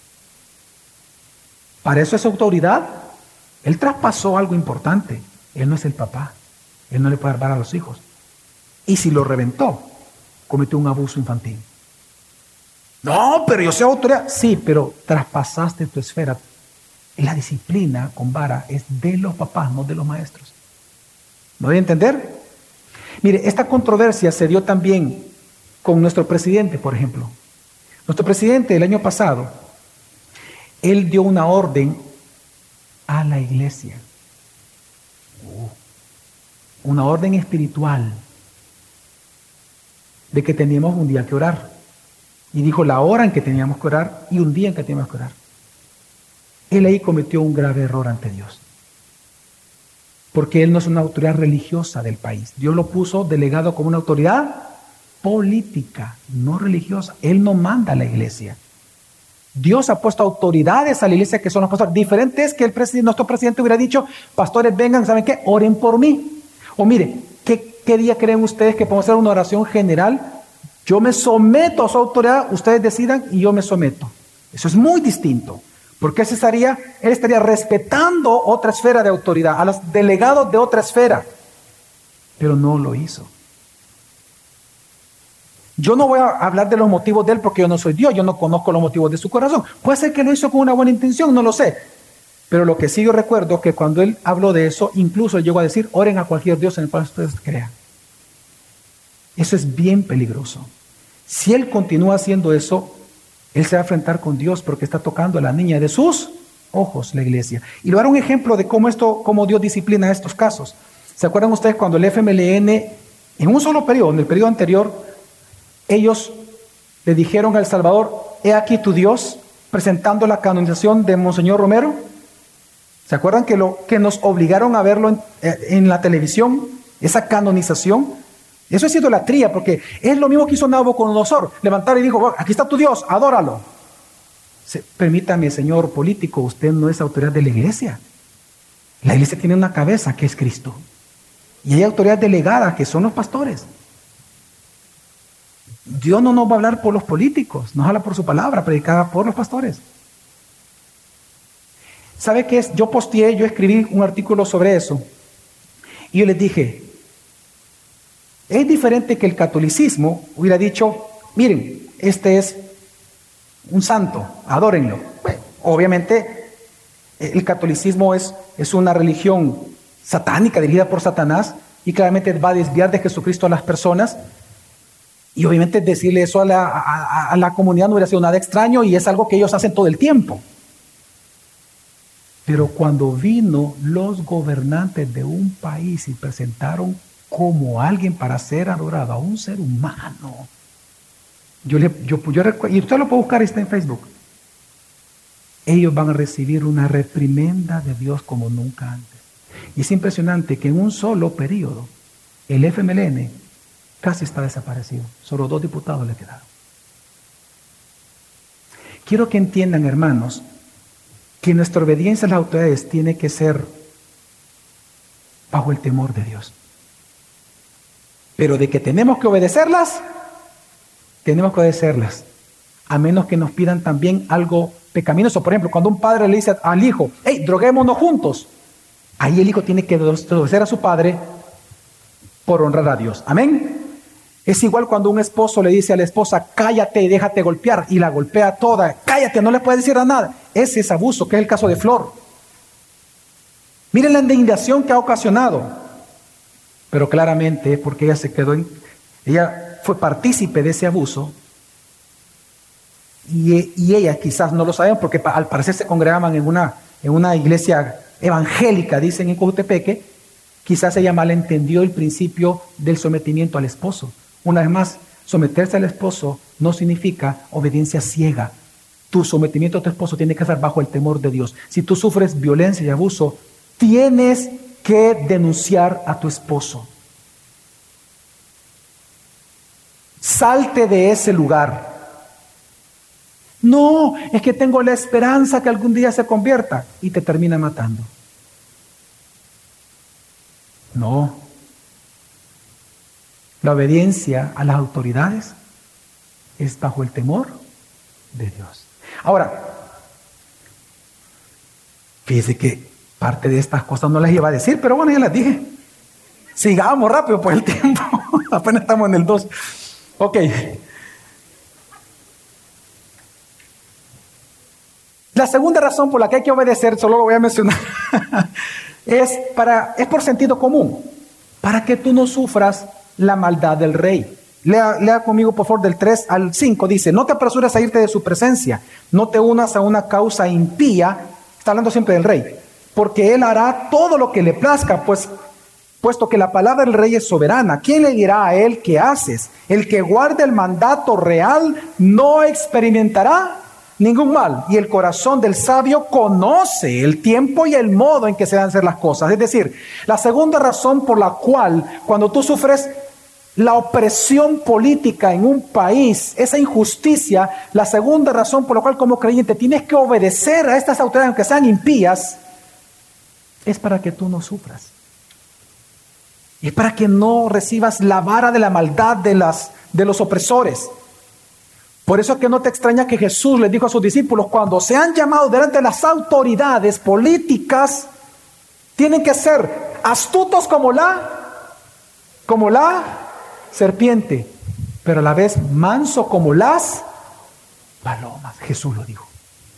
Para eso es autoridad. Él traspasó algo importante. Él no es el papá. Él no le puede dar a los hijos. Y si lo reventó, cometió un abuso infantil. No, pero yo soy autoridad. Sí, pero traspasaste tu esfera. La disciplina con vara es de los papás, no de los maestros. ¿Me voy a entender? Mire, esta controversia se dio también con nuestro presidente, por ejemplo. Nuestro presidente el año pasado, él dio una orden a la iglesia. Una orden espiritual de que teníamos un día que orar. Y dijo la hora en que teníamos que orar y un día en que teníamos que orar. Él ahí cometió un grave error ante Dios. Porque él no es una autoridad religiosa del país. Dios lo puso delegado como una autoridad política, no religiosa. Él no manda a la iglesia. Dios ha puesto autoridades a la iglesia que son los pastores. Diferentes que nuestro presidente hubiera dicho, pastores vengan, ¿saben qué? Oren por mí. O mire, ¿qué día creen ustedes que podemos hacer una oración general? Yo me someto a su autoridad, ustedes decidan y yo me someto. Eso es muy distinto. Porque él estaría respetando otra esfera de autoridad, a los delegados de otra esfera. Pero no lo hizo. Yo no voy a hablar de los motivos de él porque yo no soy Dios, yo no conozco los motivos de su corazón. Puede ser que lo hizo con una buena intención, no lo sé. Pero lo que sí yo recuerdo es que cuando él habló de eso, incluso llegó a decir, oren a cualquier Dios en el cual ustedes crean. Eso es bien peligroso. Si él continúa haciendo eso, él se va a enfrentar con Dios porque está tocando a la niña de sus ojos, la iglesia. Y le voy a dar un ejemplo de cómo Dios disciplina estos casos. ¿Se acuerdan ustedes cuando el FMLN, en un solo periodo, en el periodo anterior, ellos le dijeron a El Salvador, he aquí tu Dios, presentando la canonización de Monseñor Romero? ¿Se acuerdan que nos obligaron a verlo en la televisión, esa canonización? Eso es idolatría, porque es lo mismo que hizo Nabucodonosor, levantar y dijo, aquí está tu Dios, adóralo. Permítame, señor político, usted no es autoridad de la iglesia. La iglesia tiene una cabeza que es Cristo. Y hay autoridad delegada que son los pastores. Dios no nos va a hablar por los políticos, nos habla por su palabra, predicada por los pastores. ¿Sabe qué es? Yo escribí un artículo sobre eso. Y yo les dije, es diferente que el catolicismo hubiera dicho, miren, este es un santo, adórenlo. Bueno, obviamente el catolicismo es una religión satánica dirigida por Satanás y claramente va a desviar de Jesucristo a las personas. Y obviamente decirle eso a la comunidad no hubiera sido nada extraño y es algo que ellos hacen todo el tiempo. Pero cuando vino los gobernantes de un país y presentaron como alguien para ser adorado a un ser humano, yo recuerdo, y usted lo puede buscar, está en Facebook, ellos van a recibir una reprimenda de Dios como nunca antes. Y es impresionante que en un solo periodo el FMLN casi está desaparecido. Solo 2 diputados le quedaron. Quiero que entiendan, hermanos, que nuestra obediencia a las autoridades tiene que ser bajo el temor de Dios. Pero de que tenemos que obedecerlas, a menos que nos pidan también algo pecaminoso. Por ejemplo, cuando un padre le dice al hijo, hey, droguémonos juntos, ahí el hijo tiene que obedecer a su padre por honrar a Dios. Amén. Es igual cuando un esposo le dice a la esposa, cállate y déjate golpear, y la golpea toda, cállate, no le puedes decir nada. Ese es abuso, que es el caso de Flor. Miren la indignación que ha ocasionado, pero claramente es porque ella fue partícipe de ese abuso, y ella quizás no lo saben porque al parecer se congregaban en en una iglesia evangélica, dicen en Cojutepeque, quizás ella malentendió el principio del sometimiento al esposo. Una vez más, someterse al esposo no significa obediencia ciega. Tu sometimiento a tu esposo tiene que estar bajo el temor de Dios. Si tú sufres violencia y abuso, tienes que denunciar a tu esposo. Salte de ese lugar. No, es que tengo la esperanza que algún día se convierta y te termina matando. No. La obediencia a las autoridades es bajo el temor de Dios. Ahora, fíjese que parte de estas cosas no las iba a decir, pero bueno, ya las dije. Sigamos rápido por el tiempo. Apenas estamos en el 2. Ok. La segunda razón por la que hay que obedecer, solo lo voy a mencionar, es por sentido común, para que tú no sufras la maldad del rey. Lea conmigo por favor del 3 al 5, dice: no te apresures a irte de su presencia, no te unas a una causa impía, está hablando siempre del rey, porque él hará todo lo que le plazca, puesto que la palabra del rey es soberana. ¿Quién le dirá a él qué haces? El que guarde el mandato real no experimentará ningún mal, y el corazón del sabio conoce el tiempo y el modo en que se deben hacer las cosas. Es decir, la segunda razón por la cual cuando tú sufres la opresión política en un país, esa injusticia, la segunda razón por la cual como creyente tienes que obedecer a estas autoridades aunque sean impías, es para que tú no sufras. Y es para que no recibas la vara de la maldad de los opresores. Por eso es que no te extraña que Jesús les dijo a sus discípulos, cuando sean llamados delante de las autoridades políticas, tienen que ser astutos como la serpiente, pero a la vez manso como las palomas. Jesús lo dijo.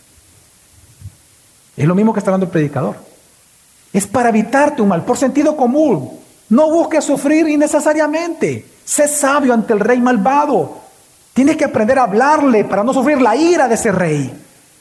Es lo mismo que está hablando el predicador. Es para evitarte un mal, por sentido común. No busques sufrir innecesariamente. Sé sabio ante el rey malvado. Tienes que aprender a hablarle para no sufrir la ira de ese rey.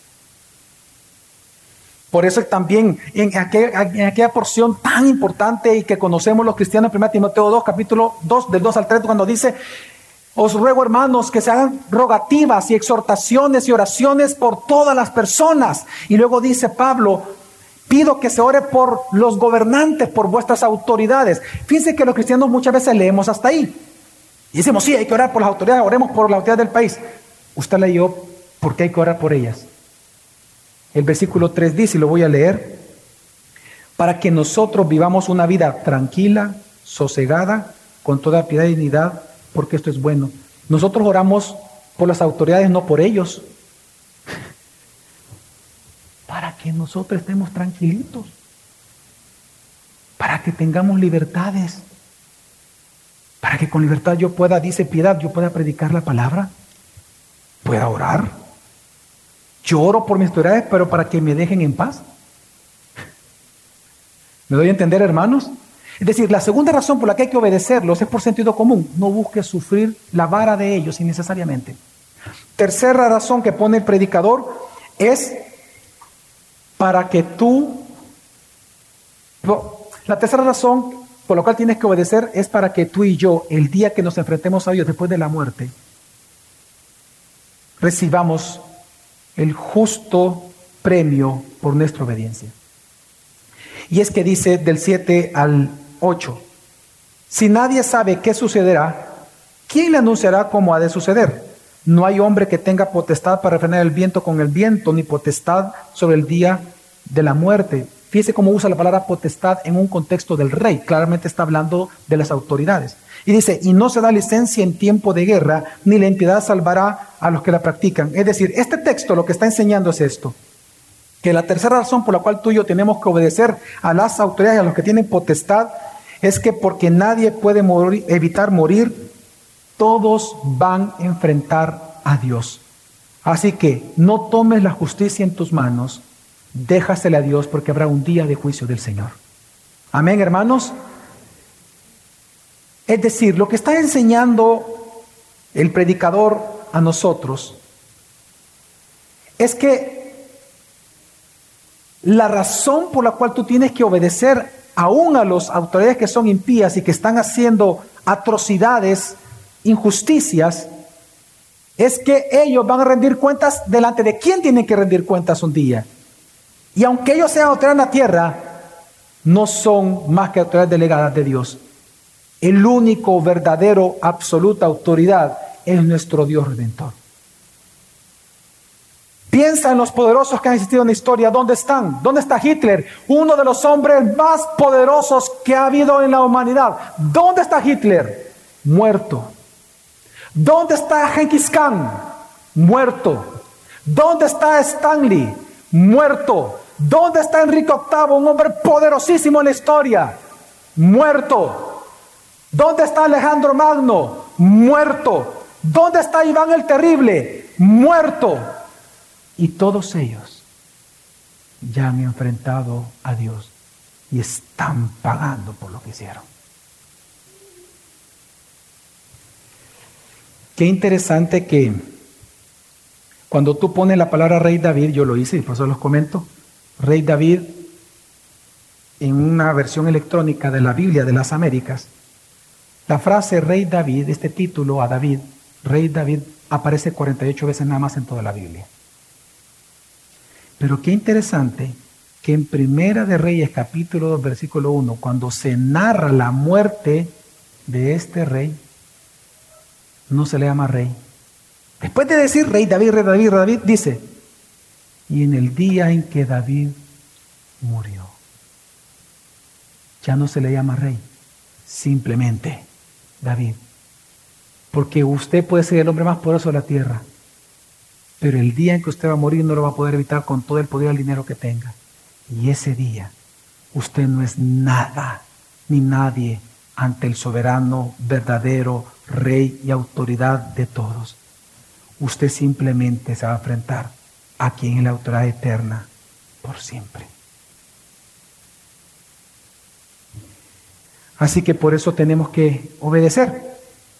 Por eso también en aquella porción tan importante y que conocemos los cristianos en 1 Timoteo 2, capítulo 2, del 2 al 3, cuando dice: os ruego, hermanos, que se hagan rogativas y exhortaciones y oraciones por todas las personas. Y luego dice Pablo: pido que se ore por los gobernantes, por vuestras autoridades. Fíjense que los cristianos muchas veces leemos hasta ahí. Y decimos, sí, hay que orar por las autoridades, oremos por las autoridades del país. Usted leyó por qué hay que orar por ellas. El versículo 3 dice, y lo voy a leer: para que nosotros vivamos una vida tranquila, sosegada, con toda piedad y dignidad, porque esto es bueno. Nosotros oramos por las autoridades, no por ellos. Para que nosotros estemos tranquilitos. Para que tengamos libertades. Para que con libertad yo pueda, dice Piedad, yo pueda predicar la palabra, pueda orar. Yo oro por mis autoridades, pero para que me dejen en paz. ¿Me doy a entender, hermanos? Es decir, la segunda razón por la que hay que obedecerlos es por sentido común. No busques sufrir la vara de ellos innecesariamente. Tercera razón que pone el predicador es para que tú... La tercera razón por lo cual tienes que obedecer es para que tú y yo, el día que nos enfrentemos a Dios después de la muerte, recibamos el justo premio por nuestra obediencia. Y es que dice del 7 al 8, si nadie sabe qué sucederá, ¿quién le anunciará cómo ha de suceder? No hay hombre que tenga potestad para refrenar el viento con el viento, ni potestad sobre el día de la muerte. Fíjese cómo usa la palabra potestad en un contexto del rey. Claramente está hablando de las autoridades. Y dice, y no se da licencia en tiempo de guerra, ni la impiedad salvará a los que la practican. Es decir, este texto lo que está enseñando es esto. Que la tercera razón por la cual tú y yo tenemos que obedecer a las autoridades y a los que tienen potestad es que porque nadie puede evitar morir, todos van a enfrentar a Dios. Así que no tomes la justicia en tus manos, déjasela a Dios, porque habrá un día de juicio del Señor. Amén, hermanos. Es decir, lo que está enseñando el predicador a nosotros es que La razón por la cual tú tienes que obedecer aún a las autoridades que son impías y que están haciendo atrocidades, injusticias, es que ellos van a rendir cuentas delante de quién tienen que rendir cuentas un día. Y aunque ellos sean autoridades en la tierra, no son más que autoridades delegadas de Dios. El único verdadero, absoluta autoridad es nuestro Dios Redentor. Piensa en los poderosos que han existido en la historia. ¿Dónde están? ¿Dónde está Hitler? Uno de los hombres más poderosos que ha habido en la humanidad. ¿Dónde está Hitler? Muerto. ¿Dónde está Genghis Khan? Muerto. ¿Dónde está Stanley? Muerto. ¿Dónde está Enrique VIII? Un hombre poderosísimo en la historia. Muerto. ¿Dónde está Alejandro Magno? Muerto. ¿Dónde está Iván el Terrible? Muerto. Y todos ellos ya han enfrentado a Dios y están pagando por lo que hicieron. Qué interesante que cuando tú pones la palabra Rey David, yo lo hice y por eso los comento, Rey David, en una versión electrónica de la Biblia de las Américas, la frase Rey David, este título a David, Rey David, aparece 48 veces nada más en toda la Biblia. Pero qué interesante que en Primera de Reyes, capítulo 2, versículo 1, cuando se narra la muerte de este rey, no se le llama rey. Después de decir Rey David, Rey David, Rey David, dice, y en el día en que David murió, ya no se le llama rey, simplemente David. Porque usted puede ser el hombre más poderoso de la tierra, pero el día en que usted va a morir no lo va a poder evitar con todo el poder y el dinero que tenga. Y ese día usted no es nada ni nadie ante el soberano, verdadero Rey y autoridad de todos. Usted simplemente se va a enfrentar a quien es la autoridad eterna por siempre. Así que por eso tenemos que obedecer.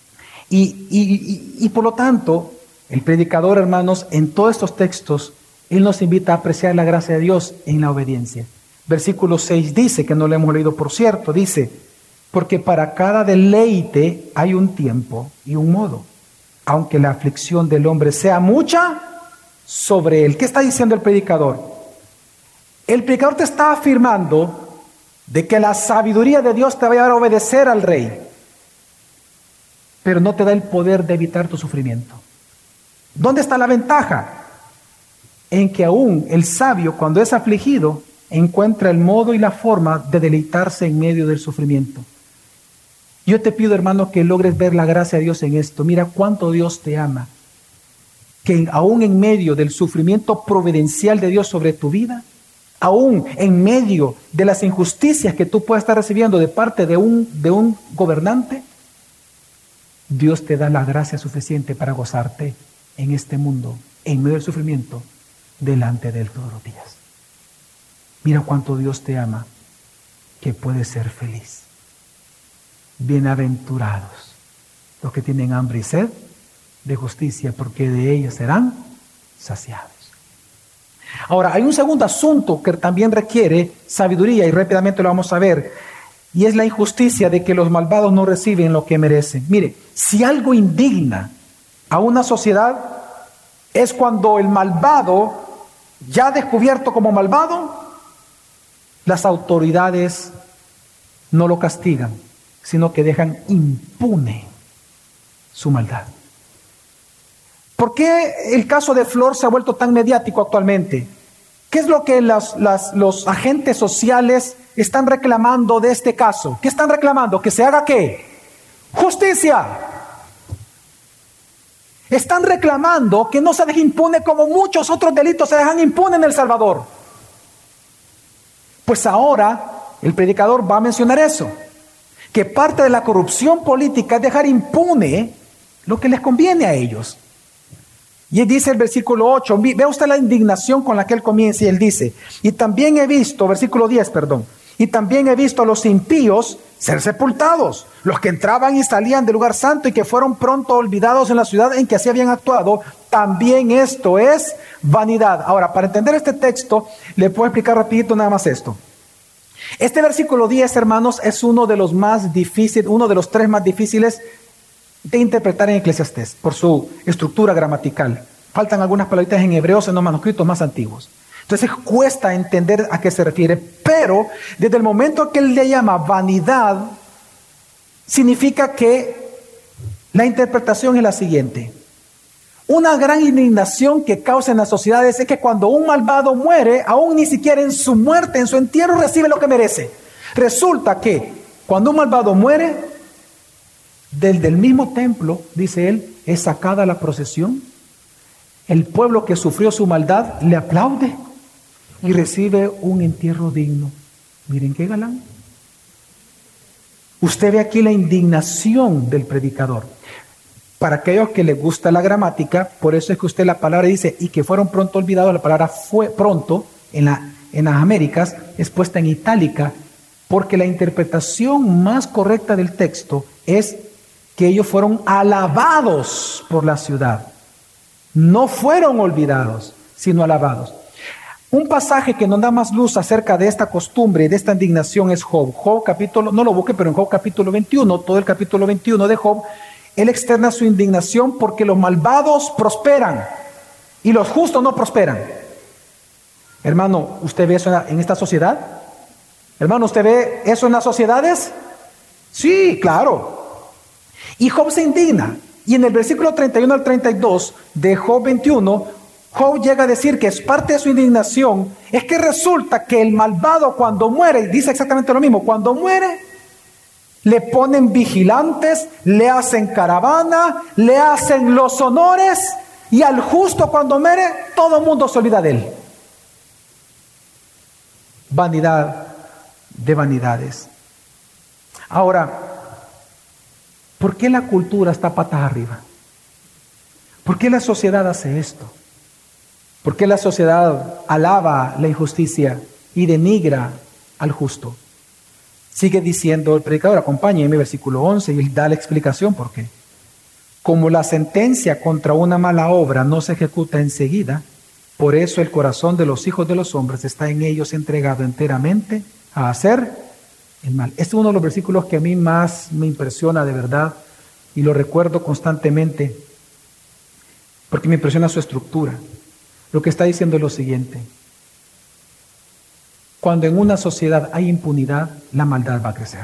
Y por lo tanto, el predicador, hermanos, en todos estos textos, él nos invita a apreciar la gracia de Dios en la obediencia. Versículo 6 dice, que no lo hemos leído por cierto, dice, porque para cada deleite hay un tiempo y un modo, aunque la aflicción del hombre sea mucha sobre él. ¿Qué está diciendo el predicador? El predicador te está afirmando de que la sabiduría de Dios te va a llevar a obedecer al rey, pero no te da el poder de evitar tu sufrimiento. ¿Dónde está la ventaja? En que aún el sabio, cuando es afligido, encuentra el modo y la forma de deleitarse en medio del sufrimiento. Yo te pido, hermano, que logres ver la gracia de Dios en esto. Mira cuánto Dios te ama, que aún en medio del sufrimiento providencial de Dios sobre tu vida, aún en medio de las injusticias que tú puedas estar recibiendo de parte de un gobernante, Dios te da la gracia suficiente para gozarte en este mundo, en medio del sufrimiento, delante de Él todos los días. Mira cuánto Dios te ama, que puedes ser feliz. Bienaventurados los que tienen hambre y sed de justicia, porque de ellos serán saciados. Ahora, hay un segundo asunto que también requiere sabiduría y rápidamente lo vamos a ver, y es la injusticia de que los malvados no reciben lo que merecen. Mire, si algo indigna a una sociedad es cuando el malvado, ya descubierto como malvado, las autoridades no lo castigan, sino que dejan impune su maldad. ¿Por qué el caso de Flor se ha vuelto tan mediático actualmente? ¿Qué es lo que los agentes sociales están reclamando de este caso? ¿Qué están reclamando? ¿Que se haga qué? ¡Justicia! Están reclamando que no se deje impune como muchos otros delitos se dejan impune en El Salvador. Pues ahora el predicador va a mencionar eso, que parte de la corrupción política es dejar impune lo que les conviene a ellos. Y él dice el versículo 8, vea usted la indignación con la que él comienza, y él dice, y también he visto, versículo 10, perdón, Y también he visto a los impíos ser sepultados, los que entraban y salían del lugar santo y que fueron pronto olvidados en la ciudad en que así habían actuado. También esto es vanidad. Ahora, para entender este texto, le puedo explicar rapidito nada más esto. Este versículo 10, hermanos, es uno de los más difíciles, uno de los 3 más difíciles de interpretar en Eclesiastés por su estructura gramatical. Faltan algunas palabritas en hebreos en los manuscritos más antiguos. Entonces cuesta entender a qué se refiere, pero desde el momento que él le llama vanidad, significa que la interpretación es la siguiente. Una gran indignación que causa en las sociedades es que cuando un malvado muere, aún ni siquiera en su muerte, en su entierro, recibe lo que merece. Resulta que cuando un malvado muere, del mismo templo, dice él, es sacada la procesión. El pueblo que sufrió su maldad le aplaude y recibe un entierro digno. Miren qué galán. Usted ve aquí la indignación del predicador. Para aquellos que les gusta la gramática, por eso es que usted la palabra dice, y que fueron pronto olvidados, la palabra fue pronto, en las Américas, es puesta en itálica, porque la interpretación más correcta del texto es que ellos fueron alabados por la ciudad. No fueron olvidados, sino alabados. Un pasaje que nos da más luz acerca de esta costumbre y de esta indignación es Job. Job capítulo, no lo busque, pero en Job capítulo 21, todo el capítulo 21 de Job, él externa su indignación porque los malvados prosperan y los justos no prosperan. Hermano, ¿usted ve eso en esta sociedad? Hermano, ¿usted ve eso en las sociedades? Sí, claro. Y Job se indigna. Y en el versículo 31 al 32 de Job 21, Job llega a decir que es parte de su indignación, es que resulta que el malvado cuando muere, dice exactamente lo mismo, cuando muere, le ponen vigilantes, le hacen caravana, le hacen los honores, y al justo cuando muere, todo el mundo se olvida de él. Vanidad de vanidades. Ahora, ¿por qué la cultura está patas arriba? ¿Por qué la sociedad hace esto? ¿Por qué la sociedad alaba la injusticia y denigra al justo? Sigue diciendo el predicador, acompáñenme, versículo 11, y él da la explicación por qué. Como la sentencia contra una mala obra no se ejecuta enseguida, por eso el corazón de los hijos de los hombres está en ellos entregado enteramente a hacer el mal. Este es uno de los versículos que a mí más me impresiona de verdad, y lo recuerdo constantemente, porque me impresiona su estructura. Lo que está diciendo es lo siguiente: cuando en una sociedad hay impunidad, la maldad va a crecer.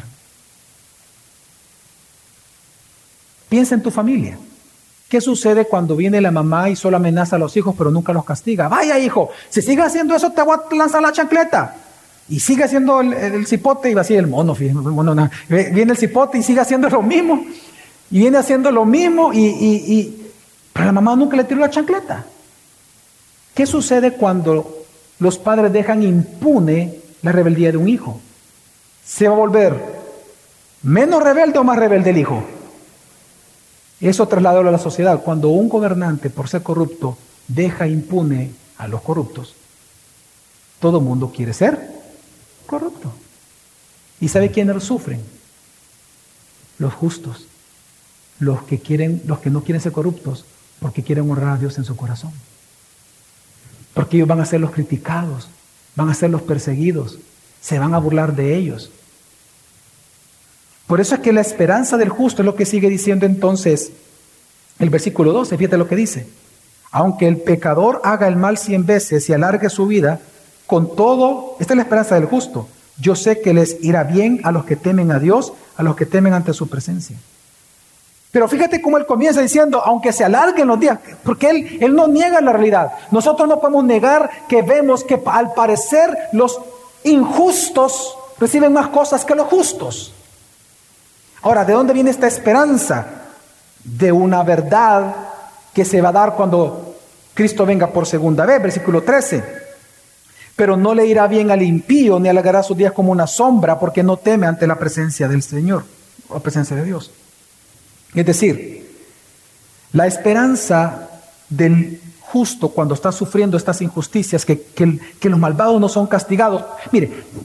Piensa en tu familia. ¿Qué sucede cuando viene la mamá y solo amenaza a los hijos pero nunca los castiga? Vaya hijo, si sigue haciendo eso te voy a lanzar la chancleta. Y sigue haciendo el cipote y va a decir el mono, fíjate, viene el cipote y sigue haciendo lo mismo. Y viene haciendo lo mismo pero la mamá nunca le tiró la chancleta. ¿Qué sucede cuando los padres dejan impune la rebeldía de un hijo? ¿Se va a volver menos rebelde o más rebelde el hijo? Eso trasladado a la sociedad. Cuando un gobernante, por ser corrupto, deja impune a los corruptos, todo mundo quiere ser corrupto. ¿Y sabe quiénes sufren? Los justos, los que no quieren ser corruptos, porque quieren honrar a Dios en su corazón. Porque ellos van a ser los criticados, van a ser los perseguidos, se van a burlar de ellos. Por eso es que la esperanza del justo es lo que sigue diciendo entonces el versículo 12, fíjate lo que dice. Aunque el pecador haga el mal 100 veces y alargue su vida, con todo, esta es la esperanza del justo. Yo sé que les irá bien a los que temen a Dios, a los que temen ante su presencia. Pero fíjate cómo él comienza diciendo, aunque se alarguen los días, porque él no niega la realidad. Nosotros no podemos negar que vemos que al parecer los injustos reciben más cosas que los justos. Ahora, ¿de dónde viene esta esperanza? De una verdad que se va a dar cuando Cristo venga por segunda vez, versículo 13. Pero no le irá bien al impío, ni alargará sus días como una sombra, porque no teme ante la presencia del Señor, o la presencia de Dios. Es decir, la esperanza del justo cuando está sufriendo estas injusticias, que los malvados no son castigados. Mire,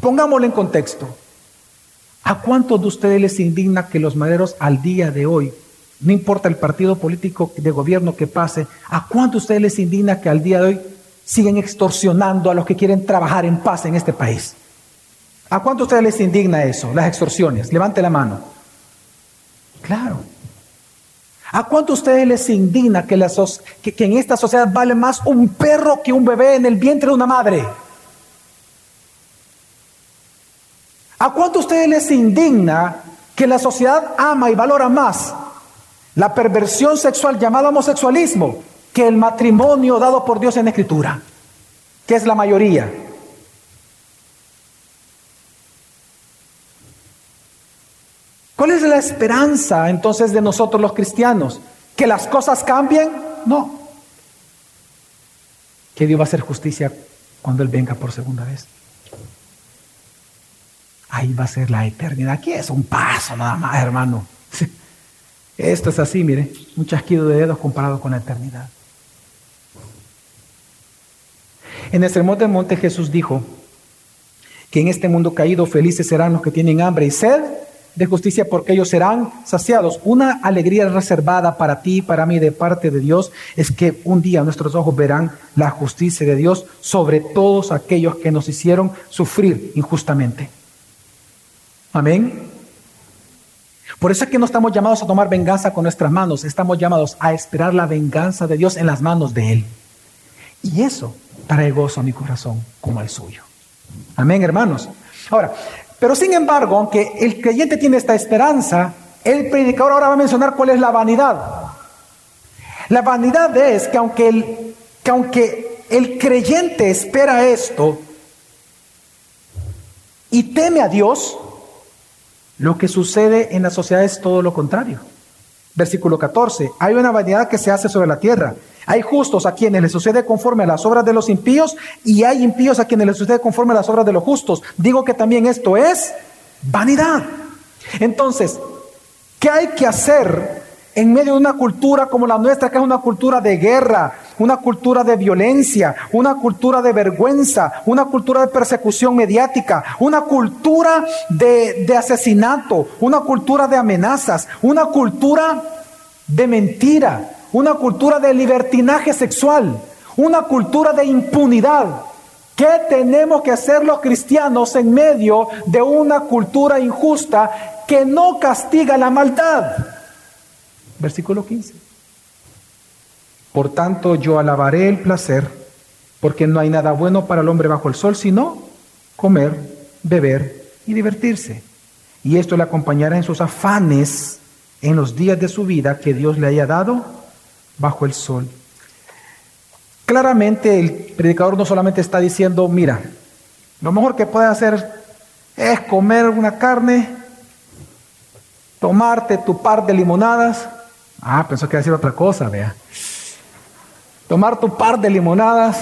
Pongámoslo en contexto. ¿A cuántos de ustedes les indigna que los maderos al día de hoy, no importa el partido político de gobierno que pase, a cuántos de ustedes les indigna que al día de hoy siguen extorsionando a los que quieren trabajar en paz en este país? ¿A cuántos de ustedes les indigna eso, las extorsiones? Levante la mano. Claro. ¿A cuántos de ustedes les indigna que en esta sociedad vale más un perro que un bebé en el vientre de una madre? ¿A cuántos de ustedes les indigna que la sociedad ama y valora más la perversión sexual llamada homosexualismo que el matrimonio dado por Dios en la Escritura, que es la mayoría? ¿Cuál es la esperanza entonces de nosotros los cristianos? ¿Que las cosas cambien? No. Que Dios va a hacer justicia cuando Él venga por segunda vez. Ahí va a ser la eternidad. Aquí es un paso nada más, hermano. Esto es así, mire, un chasquido de dedos comparado con la eternidad. En el Sermón del Monte Jesús dijo que en este mundo caído felices serán los que tienen hambre y sed de justicia, porque ellos serán saciados. Una alegría reservada para ti y para mí de parte de Dios es que un día nuestros ojos verán la justicia de Dios sobre todos aquellos que nos hicieron sufrir injustamente. Amén. Por eso es que no estamos llamados a tomar venganza con nuestras manos, estamos llamados a esperar la venganza de Dios en las manos de Él. Y eso trae gozo a mi corazón como el suyo. Amén, hermanos. Ahora, pero sin embargo, aunque el creyente tiene esta esperanza, el predicador ahora va a mencionar cuál es la vanidad. La vanidad es que aunque el creyente espera esto y teme a Dios, lo que sucede en la sociedad es todo lo contrario. Versículo 14. Hay una vanidad que se hace sobre la tierra. Hay justos a quienes les sucede conforme a las obras de los impíos, y hay impíos a quienes les sucede conforme a las obras de los justos. Digo que también esto es vanidad. Entonces, ¿qué hay que hacer en medio de una cultura como la nuestra, que es una cultura de guerra, una cultura de violencia, una cultura de vergüenza, una cultura de persecución mediática, una cultura de asesinato, una cultura de amenazas, una cultura de mentira, una cultura de libertinaje sexual, una cultura de impunidad? ¿Qué tenemos que hacer los cristianos en medio de una cultura injusta que no castiga la maldad? Versículo 15. Por tanto, yo alabaré el placer, porque no hay nada bueno para el hombre bajo el sol, sino comer, beber y divertirse. Y esto le acompañará en sus afanes en los días de su vida que Dios le haya dado bajo el sol. Claramente el predicador no solamente está diciendo, mira, lo mejor que puedes hacer es comer una carne, tomarte tu par de limonadas. Pensó que iba a decir otra cosa, vea. Tomar tu par de limonadas,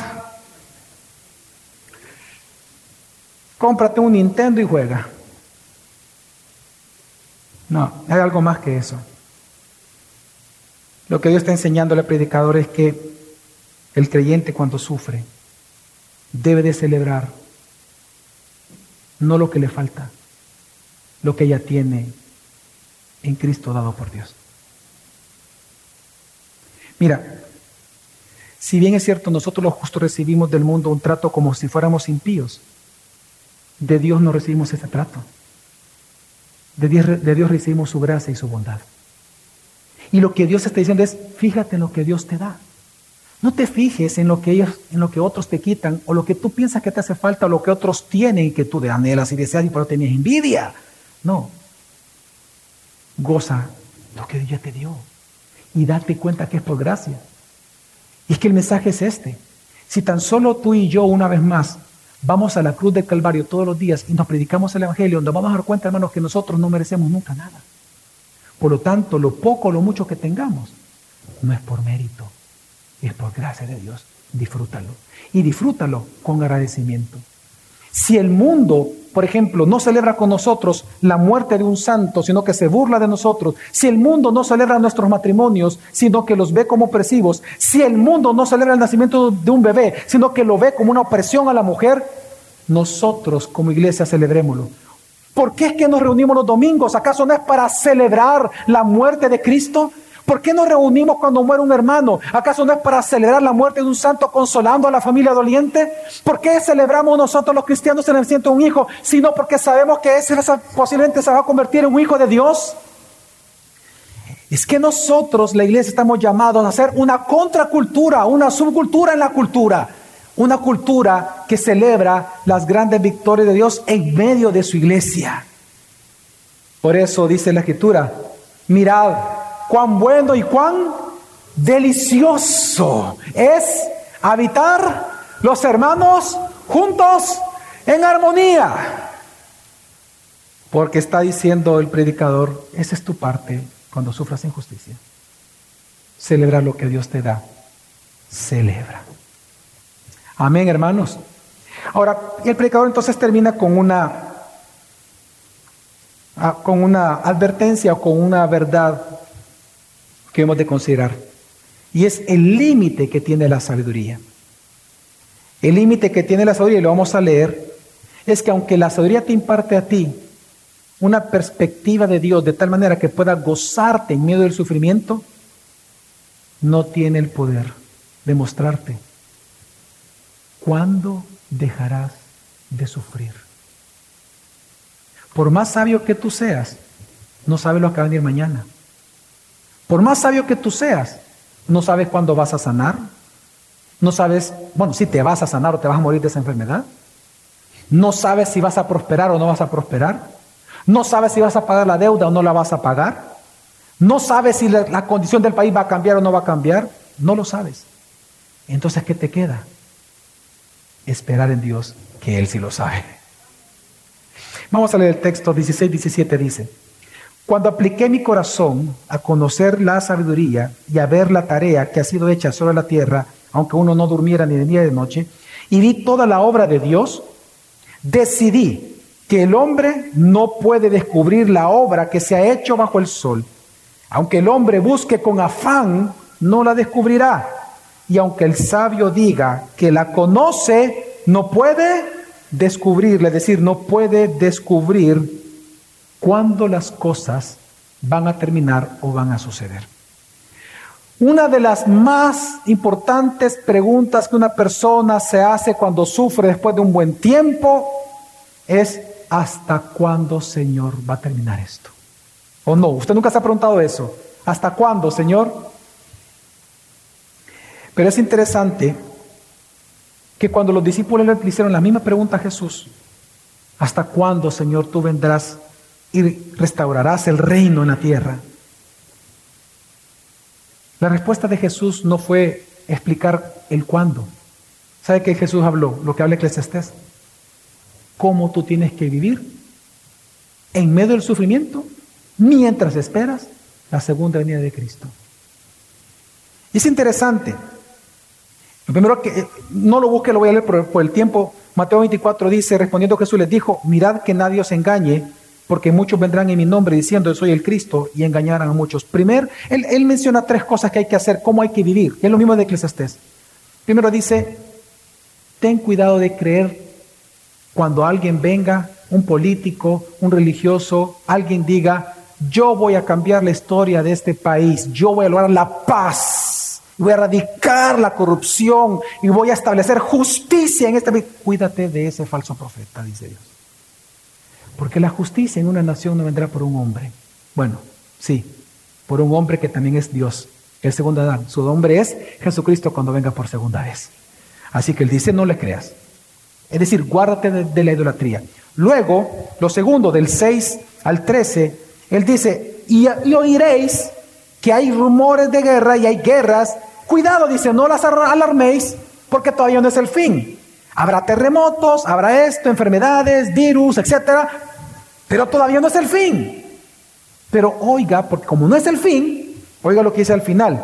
cómprate un Nintendo y juega. No, hay algo más que eso. Lo que Dios está enseñándole al predicador es que el creyente, cuando sufre, debe de celebrar no lo que le falta, lo que ya tiene en Cristo dado por Dios. Mira, si bien es cierto, nosotros los justos recibimos del mundo un trato como si fuéramos impíos, de Dios no recibimos ese trato. De Dios recibimos su gracia y su bondad. Y lo que Dios está diciendo es, fíjate en lo que Dios te da. No te fijes en lo que otros te quitan, o lo que tú piensas que te hace falta, o lo que otros tienen y que tú anhelas y deseas y por eso tenías envidia. No. Goza lo que Dios ya te dio. Y date cuenta que es por gracia. Y es que el mensaje es este. Si tan solo tú y yo, una vez más, vamos a la cruz del Calvario todos los días y nos predicamos el Evangelio, nos vamos a dar cuenta, hermanos, que nosotros no merecemos nunca nada. Por lo tanto, lo poco o lo mucho que tengamos, no es por mérito, es por gracia de Dios. Disfrútalo. Y disfrútalo con agradecimiento. Si el mundo, por ejemplo, no celebra con nosotros la muerte de un santo, sino que se burla de nosotros, si el mundo no celebra nuestros matrimonios, sino que los ve como opresivos, si el mundo no celebra el nacimiento de un bebé, sino que lo ve como una opresión a la mujer, nosotros como iglesia celebrémoslo. ¿Por qué es que nos reunimos los domingos? ¿Acaso no es para celebrar la muerte de Cristo? ¿Por qué nos reunimos cuando muere un hermano? ¿Acaso no es para celebrar la muerte de un santo consolando a la familia doliente? ¿Por qué celebramos nosotros los cristianos el nacimiento de un hijo? Sino porque sabemos que ese posiblemente se va a convertir en un hijo de Dios. Es que nosotros, la iglesia, estamos llamados a hacer una contracultura, una subcultura en la cultura. Una cultura que celebra las grandes victorias de Dios en medio de su iglesia. Por eso dice la Escritura, mirad cuán bueno y cuán delicioso es habitar los hermanos juntos en armonía. Porque está diciendo el predicador, esa es tu parte cuando sufras injusticia. Celebra lo que Dios te da. Celebra. Amén, hermanos. Ahora, el predicador entonces termina con una advertencia o con una verdad que hemos de considerar. Y es el límite que tiene la sabiduría. El límite que tiene la sabiduría, y lo vamos a leer, es que aunque la sabiduría te imparte a ti una perspectiva de Dios de tal manera que puedas gozarte en medio del sufrimiento, no tiene el poder de mostrarte cuándo dejarás de sufrir. Por más sabio que tú seas, no sabes lo que va a venir mañana. Por más sabio que tú seas, no sabes cuándo vas a sanar. No sabes, si te vas a sanar o te vas a morir de esa enfermedad. No sabes si vas a prosperar o no vas a prosperar. No sabes si vas a pagar la deuda o no la vas a pagar. No sabes si la condición del país va a cambiar o no va a cambiar. No lo sabes. Entonces, ¿qué te queda? Esperar en Dios, que Él sí lo sabe. Vamos a leer el texto 16-17, dice: cuando apliqué mi corazón a conocer la sabiduría y a ver la tarea que ha sido hecha sobre la tierra, aunque uno no durmiera ni de día ni de noche, y vi toda la obra de Dios, decidí que el hombre no puede descubrir la obra que se ha hecho bajo el sol. Aunque el hombre busque con afán, no la descubrirá. Y aunque el sabio diga que la conoce, no puede descubrirla, es decir, no puede descubrir cuándo las cosas van a terminar o van a suceder. Una de las más importantes preguntas que una persona se hace cuando sufre después de un buen tiempo es: ¿hasta cuándo, Señor, va a terminar esto? ¿O no? Usted nunca se ha preguntado eso. ¿Hasta cuándo, Señor? Pero es interesante que cuando los discípulos le hicieron la misma pregunta a Jesús: ¿hasta cuándo, Señor, tú vendrás y restaurarás el reino en la tierra? La respuesta de Jesús no fue explicar el cuándo. ¿Sabe qué Jesús habló? Lo que habla Eclesiastés. ¿Cómo tú tienes que vivir en medio del sufrimiento mientras esperas la segunda venida de Cristo? Y es interesante. Lo primero que, no lo busque, lo voy a leer por el tiempo. Mateo 24 dice, respondiendo Jesús les dijo: mirad que nadie os engañe, porque muchos vendrán en mi nombre diciendo yo soy el Cristo, y engañarán a muchos. Primero, él menciona tres cosas que hay que hacer, cómo hay que vivir. Es lo mismo de Eclesiastés. Primero dice: ten cuidado de creer cuando alguien venga, un político, un religioso, alguien diga: yo voy a cambiar la historia de este país, yo voy a lograr la paz, voy a erradicar la corrupción y voy a establecer justicia en este país. Cuídate de ese falso profeta, dice Dios. Porque la justicia en una nación no vendrá por un hombre. Bueno, sí, por un hombre que también es Dios, el segundo Adán. Su nombre es Jesucristo cuando venga por segunda vez. Así que él dice: no le creas. Es decir, guárdate de la idolatría. Luego, lo segundo, del 6 al 13, él dice: y oiréis que hay rumores de guerra y hay guerras. Cuidado, dice, no las alarméis, porque todavía no es el fin. Habrá terremotos, habrá enfermedades, virus, etcétera, pero todavía no es el fin. Pero oiga, porque como no es el fin, oiga lo que dice al final: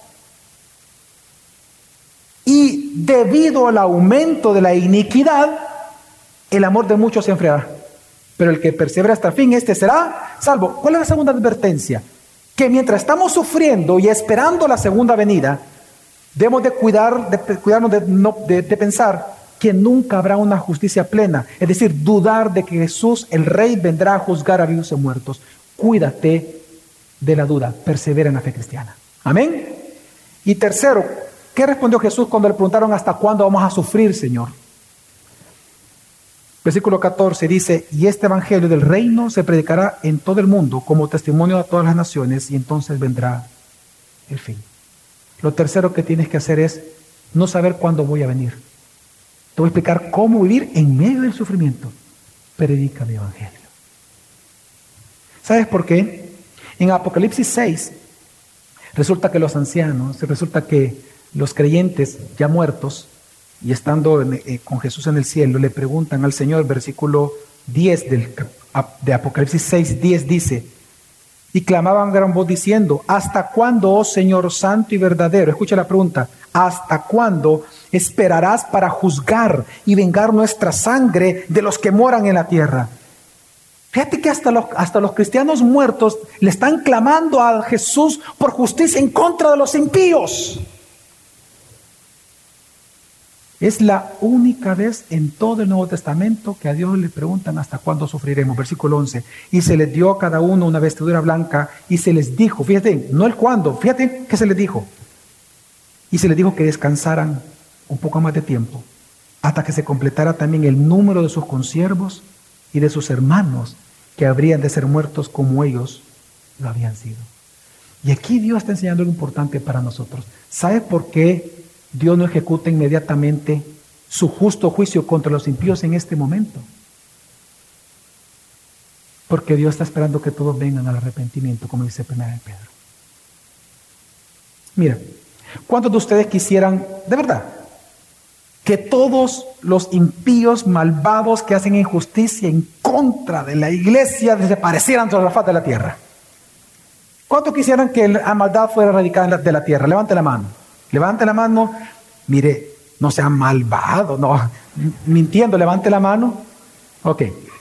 y debido al aumento de la iniquidad, el amor de muchos se enfriará, pero el que persevera hasta el fin, este será salvo. ¿Cuál es la segunda advertencia? Que mientras estamos sufriendo y esperando la segunda venida, debemos de cuidarnos de pensar que nunca habrá una justicia plena. Es decir, dudar de que Jesús, el Rey, vendrá a juzgar a vivos y muertos. Cuídate de la duda, persevera en la fe cristiana. Amén. Y tercero, ¿qué respondió Jesús cuando le preguntaron hasta cuándo vamos a sufrir, Señor? Versículo 14 dice, y este evangelio del reino se predicará en todo el mundo como testimonio a todas las naciones, y entonces vendrá el fin. Lo tercero que tienes que hacer es no saber cuándo voy a venir. Te voy a explicar cómo vivir en medio del sufrimiento. Predica mi evangelio. ¿Sabes por qué? En Apocalipsis 6, resulta que los ancianos, resulta que los creyentes ya muertos, y estando con Jesús en el cielo, le preguntan al Señor, versículo 10 de Apocalipsis 6, 10 dice, y clamaban a gran voz diciendo, ¿hasta cuándo, oh Señor santo y verdadero? Escucha la pregunta, ¿hasta cuándo esperarás para juzgar y vengar nuestra sangre de los que moran en la tierra? Fíjate que hasta los cristianos muertos le están clamando a Jesús por justicia en contra de los impíos. Es la única vez en todo el Nuevo Testamento que a Dios le preguntan hasta cuándo sufriremos. Versículo 11. Y se les dio a cada uno una vestidura blanca y se les dijo, fíjate, no el cuándo, fíjate que se les dijo. Y se les dijo que descansaran un poco más de tiempo hasta que se completara también el número de sus consiervos y de sus hermanos que habrían de ser muertos como ellos lo habían sido. Y aquí Dios está enseñando algo importante para nosotros. ¿Sabe por qué Dios no ejecuta inmediatamente su justo juicio contra los impíos en este momento? Porque Dios está esperando que todos vengan al arrepentimiento, como dice 1 Pedro. Mira, ¿cuántos de ustedes quisieran, de verdad, que todos los impíos malvados que hacen injusticia en contra de la iglesia desaparecieran sobre la faz de la tierra? ¿Cuántos quisieran que la maldad fuera erradicada de la tierra? Levante la mano. Levante la mano, mire, no sea malvado, no, mintiendo, levante la mano. Ok.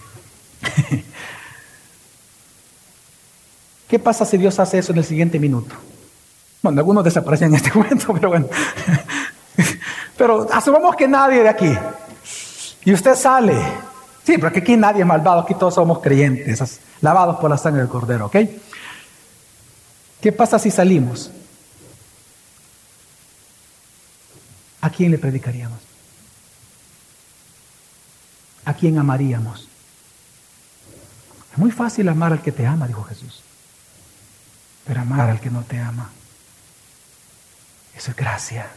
¿Qué pasa si Dios hace eso en el siguiente minuto? Bueno, algunos desaparecen en este momento, pero bueno. Pero asumamos que nadie de aquí. Y usted sale. Sí, porque aquí nadie es malvado, aquí todos somos creyentes, lavados por la sangre del Cordero, ¿ok? ¿Qué pasa si salimos? ¿A quién le predicaríamos? ¿A quién amaríamos? Es muy fácil amar al que te ama, dijo Jesús. Pero amar al que no te ama, eso es gracia.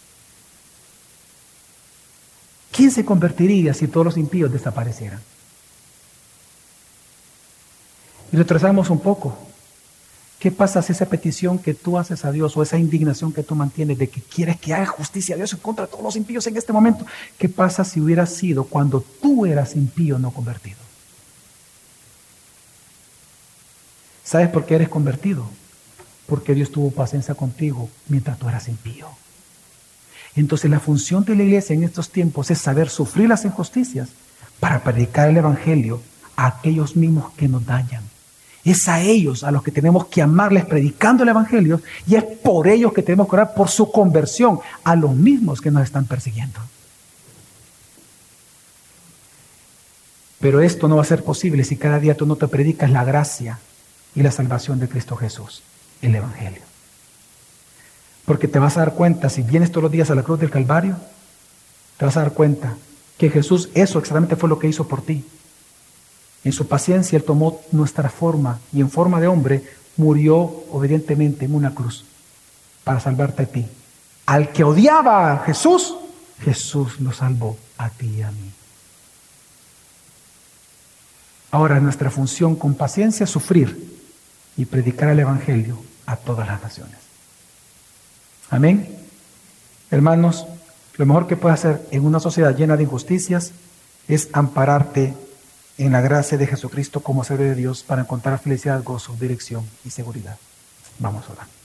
¿Quién se convertiría si todos los impíos desaparecieran? Y retrasamos un poco. ¿Qué pasa si esa petición que tú haces a Dios o esa indignación que tú mantienes de que quieres que haga justicia a Dios en contra de todos los impíos en este momento? ¿Qué pasa si hubiera sido cuando tú eras impío no convertido? ¿Sabes por qué eres convertido? Porque Dios tuvo paciencia contigo mientras tú eras impío. Entonces la función de la iglesia en estos tiempos es saber sufrir las injusticias para predicar el evangelio a aquellos mismos que nos dañan. Es a ellos a los que tenemos que amarles predicando el evangelio, y es por ellos que tenemos que orar por su conversión a los mismos que nos están persiguiendo. Pero esto no va a ser posible si cada día tú no te predicas la gracia y la salvación de Cristo Jesús, el evangelio. Porque te vas a dar cuenta, si vienes todos los días a la cruz del Calvario, te vas a dar cuenta que Jesús, eso exactamente fue lo que hizo por ti. En su paciencia Él tomó nuestra forma y en forma de hombre murió obedientemente en una cruz para salvarte a ti. Al que odiaba a Jesús, Jesús lo salvó a ti y a mí. Ahora nuestra función con paciencia es sufrir y predicar el evangelio a todas las naciones. Amén. Hermanos, lo mejor que puedes hacer en una sociedad llena de injusticias es ampararte en la gracia de Jesucristo como ser de Dios para encontrar felicidad, gozo, dirección y seguridad. Vamos a orar.